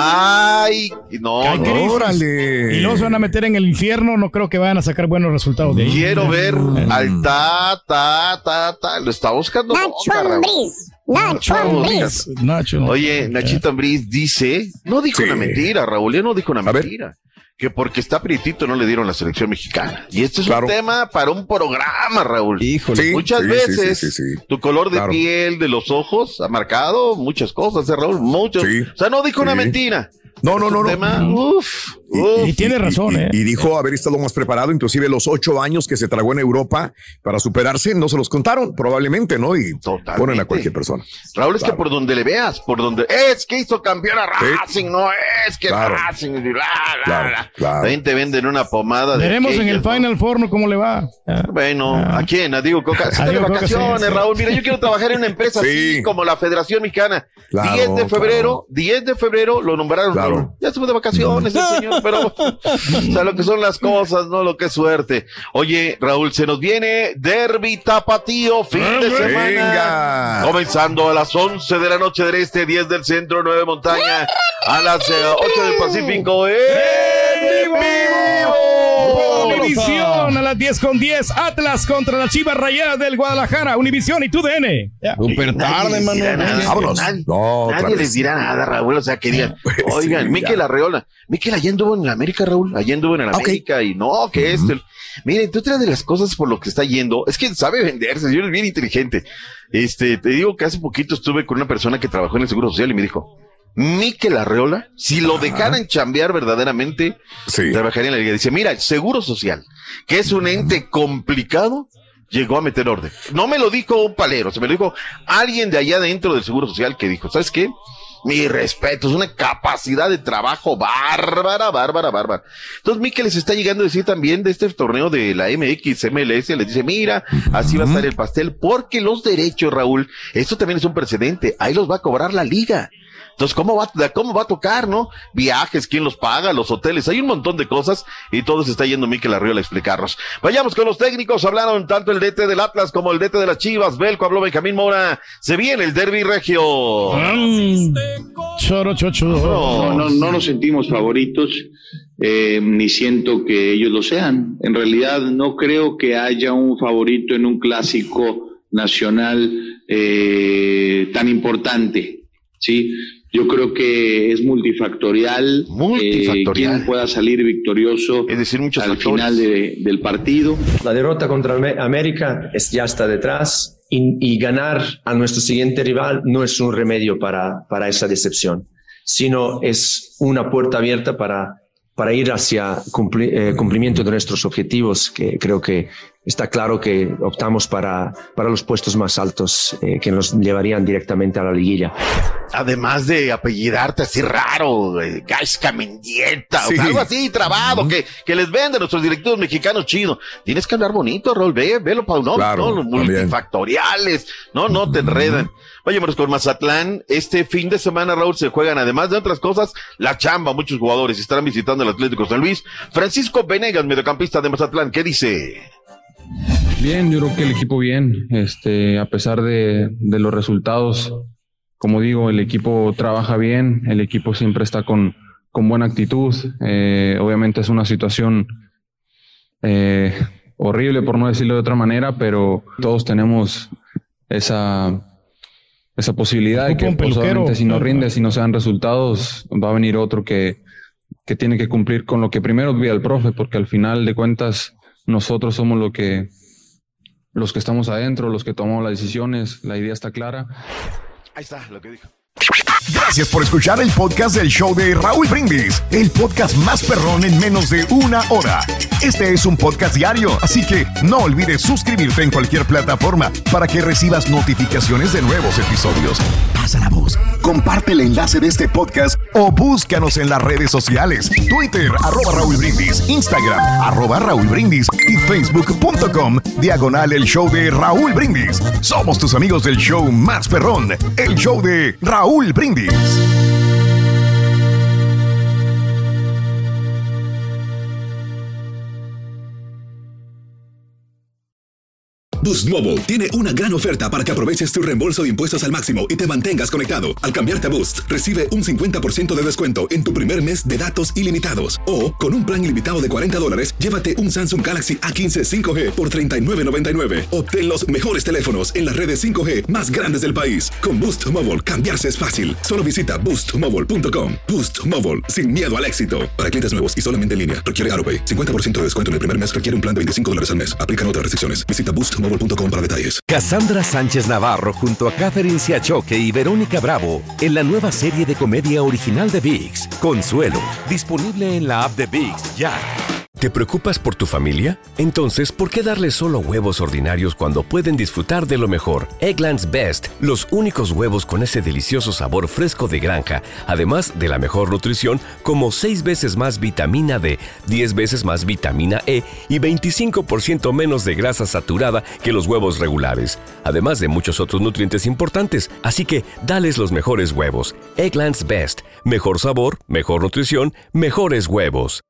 Ay, no, no, no. Órale. Y luego se van a meter en el infierno, no creo que vayan a sacar buenos resultados de ahí. Quiero ver mm. al ta, ta, ta, ta. Lo está buscando. Nacho Ambriz. Nacho Ambriz. Nacho. Oye, Nachito Ambriz dice, no dijo sí. una mentira, Raúl, ya no dijo una mentira. Que porque está prietito no le dieron la selección mexicana. Y este es claro. un tema para un programa, Raúl. Híjole. Sí, muchas sí, veces sí, sí, sí, sí. tu color de claro. piel, de los ojos, ha marcado muchas cosas, ¿eh, Raúl? Muchos. Sí. O sea, no dijo sí. una mentira. No, no, no, no. Tema, uf, y, uf. y tiene razón, y, ¿eh? Y dijo haber estado más preparado, inclusive los ocho años que se tragó en Europa para superarse, no se los contaron, probablemente, ¿no? Y Totalmente. Ponen a cualquier persona. Raúl, es claro. que por donde le veas, por donde, es que hizo campeón a Racing, ¿sí? No es que claro. Racing, bla, bla, claro, bla. Claro. También te venden una pomada. Veremos de en el ¿no? Final Four, ¿no? ¿Cómo le va? Ah. Bueno, ah. ¿a quién? A Diego Coca. Está de vacaciones, Coca, sí, Raúl. Mira, yo quiero trabajar en una empresa sí. así como la Federación Mexicana. Claro, diez de febrero, claro. diez de febrero lo nombraron. Claro. Ya se fue de vacaciones. El señor, pero o sea, lo que son las cosas, no lo que es suerte. Oye, Raúl, se nos viene Derby Tapatío, fin de semana. Venga. Comenzando a las once de la noche del este, diez del centro, nueve montaña, a las eh, ocho del Pacífico. ¡En vivo! Univisión a las diez con diez, Atlas contra las Chivas Rayadas del Guadalajara, Univisión y T U D N. Super tarde, mano. Vámonos. Nadie, no, nadie les dirá nada, Raúl, o sea, que digan, oigan, sí, Miquel Arreola, Miquel allá anduvo en la América, Raúl, allá anduvo en la América okay. y no, que uh-huh. este, miren, otra de las cosas por lo que está yendo, es que sabe venderse, yo es bien inteligente. Este, te digo que hace poquito estuve con una persona que trabajó en el Seguro Social y me dijo, Miquel Arreola, si lo dejaran chambear verdaderamente, sí. trabajaría en la liga. Dice, mira, el Seguro Social, que es un ente complicado, llegó a meter orden. No me lo dijo un palero, se me lo dijo alguien de allá dentro del Seguro Social que dijo, ¿sabes qué? Mi respeto, es una capacidad de trabajo bárbara, bárbara, bárbara. Entonces, Miquel les está llegando a decir también de este torneo de la M X, M L S, les dice, mira, así va a estar el pastel, porque los derechos, Raúl, esto también es un precedente, ahí los va a cobrar la liga. Entonces, ¿cómo va, cómo va a tocar, no? Viajes, ¿quién los paga? Los hoteles, hay un montón de cosas y todo se está yendo Miquel Arriola a explicarnos. Vayamos con los técnicos, hablaron tanto el D T del Atlas como el D T de las Chivas, Belco, habló Benjamín Mora, se viene el derbi regio. Mm. Choro, chocho. No, no, no nos sentimos favoritos, eh, ni siento que ellos lo sean. En realidad no creo que haya un favorito en un clásico nacional eh, tan importante, ¿sí? Yo creo que es multifactorial, multifactorial. Eh, quien pueda salir victorioso es decir, muchos al factores. Final de, del partido. La derrota contra América es, ya está detrás y, y ganar a nuestro siguiente rival no es un remedio para, para esa decepción, sino es una puerta abierta para, para ir hacia cumpli, eh, cumplimiento de nuestros objetivos, que creo que está claro que optamos para, para los puestos más altos eh, que nos llevarían directamente a la liguilla. Además de apellidarte así raro, eh, Gaisca Mendieta, sí. o sea, algo así trabado, uh-huh. que, que les venden nuestros directivos mexicanos chido. Tienes que hablar bonito, Raúl, ve, velo, Paul, no, claro, no, los multifactoriales, no, no te enredan. Uh-huh. Vayamos con Mazatlán. Este fin de semana, Raúl, se juegan, además de otras cosas, la chamba. Muchos jugadores estarán visitando el Atlético San Luis. Francisco Venegas, mediocampista de Mazatlán, ¿qué dice? Bien, yo creo que el equipo bien, este, a pesar de, de los resultados, como digo, el equipo trabaja bien, el equipo siempre está con, con buena actitud. Eh, obviamente es una situación eh, horrible, por no decirlo de otra manera, pero todos tenemos esa, esa posibilidad de que pues, obviamente si no rinde, si no se dan resultados, va a venir otro que, que tiene que cumplir con lo que primero pide el profe, porque al final de cuentas nosotros somos lo que, los que estamos adentro, los que tomamos las decisiones, la idea está clara. Ahí está lo que dijo. Gracias por escuchar el podcast del show de Raúl Brindis, el podcast más perrón en menos de una hora. Este es un podcast diario, así que no olvides suscribirte en cualquier plataforma para que recibas notificaciones de nuevos episodios. Pasa la voz, comparte el enlace de este podcast o búscanos en las redes sociales. Twitter, arroba Raúl Brindis, Instagram, arroba Raúl Brindis y Facebook.com, diagonal el show de Raúl Brindis. Somos tus amigos del show más perrón, el show de Raúl Brindis. Boost Mobile tiene una gran oferta para que aproveches tu reembolso de impuestos al máximo y te mantengas conectado. Al cambiarte a Boost, recibe un cincuenta por ciento de descuento en tu primer mes de datos ilimitados. O, con un plan ilimitado de cuarenta dólares, llévate un Samsung Galaxy A quince cinco G por treinta y nueve noventa y nueve. Obtén los mejores teléfonos en las redes cinco G más grandes del país. Con Boost Mobile, cambiarse es fácil. Solo visita boost mobile punto com. Boost Mobile, sin miedo al éxito. Para clientes nuevos y solamente en línea, requiere AutoPay. cincuenta por ciento de descuento en el primer mes requiere un plan de veinticinco dólares al mes. Aplican otras restricciones. Visita boost mobile punto com para detalles. Cassandra Sánchez Navarro junto a Catherine Siachoque y Verónica Bravo en la nueva serie de comedia original de ViX, Consuelo, disponible en la app de ViX ya. ¿Te preocupas por tu familia? Entonces, ¿por qué darles solo huevos ordinarios cuando pueden disfrutar de lo mejor? Eggland's Best, los únicos huevos con ese delicioso sabor fresco de granja, además de la mejor nutrición, como seis veces más vitamina D, diez veces más vitamina E y veinticinco por ciento menos de grasa saturada que los huevos regulares, además de muchos otros nutrientes importantes. Así que, dales los mejores huevos. Eggland's Best, mejor sabor, mejor nutrición, mejores huevos.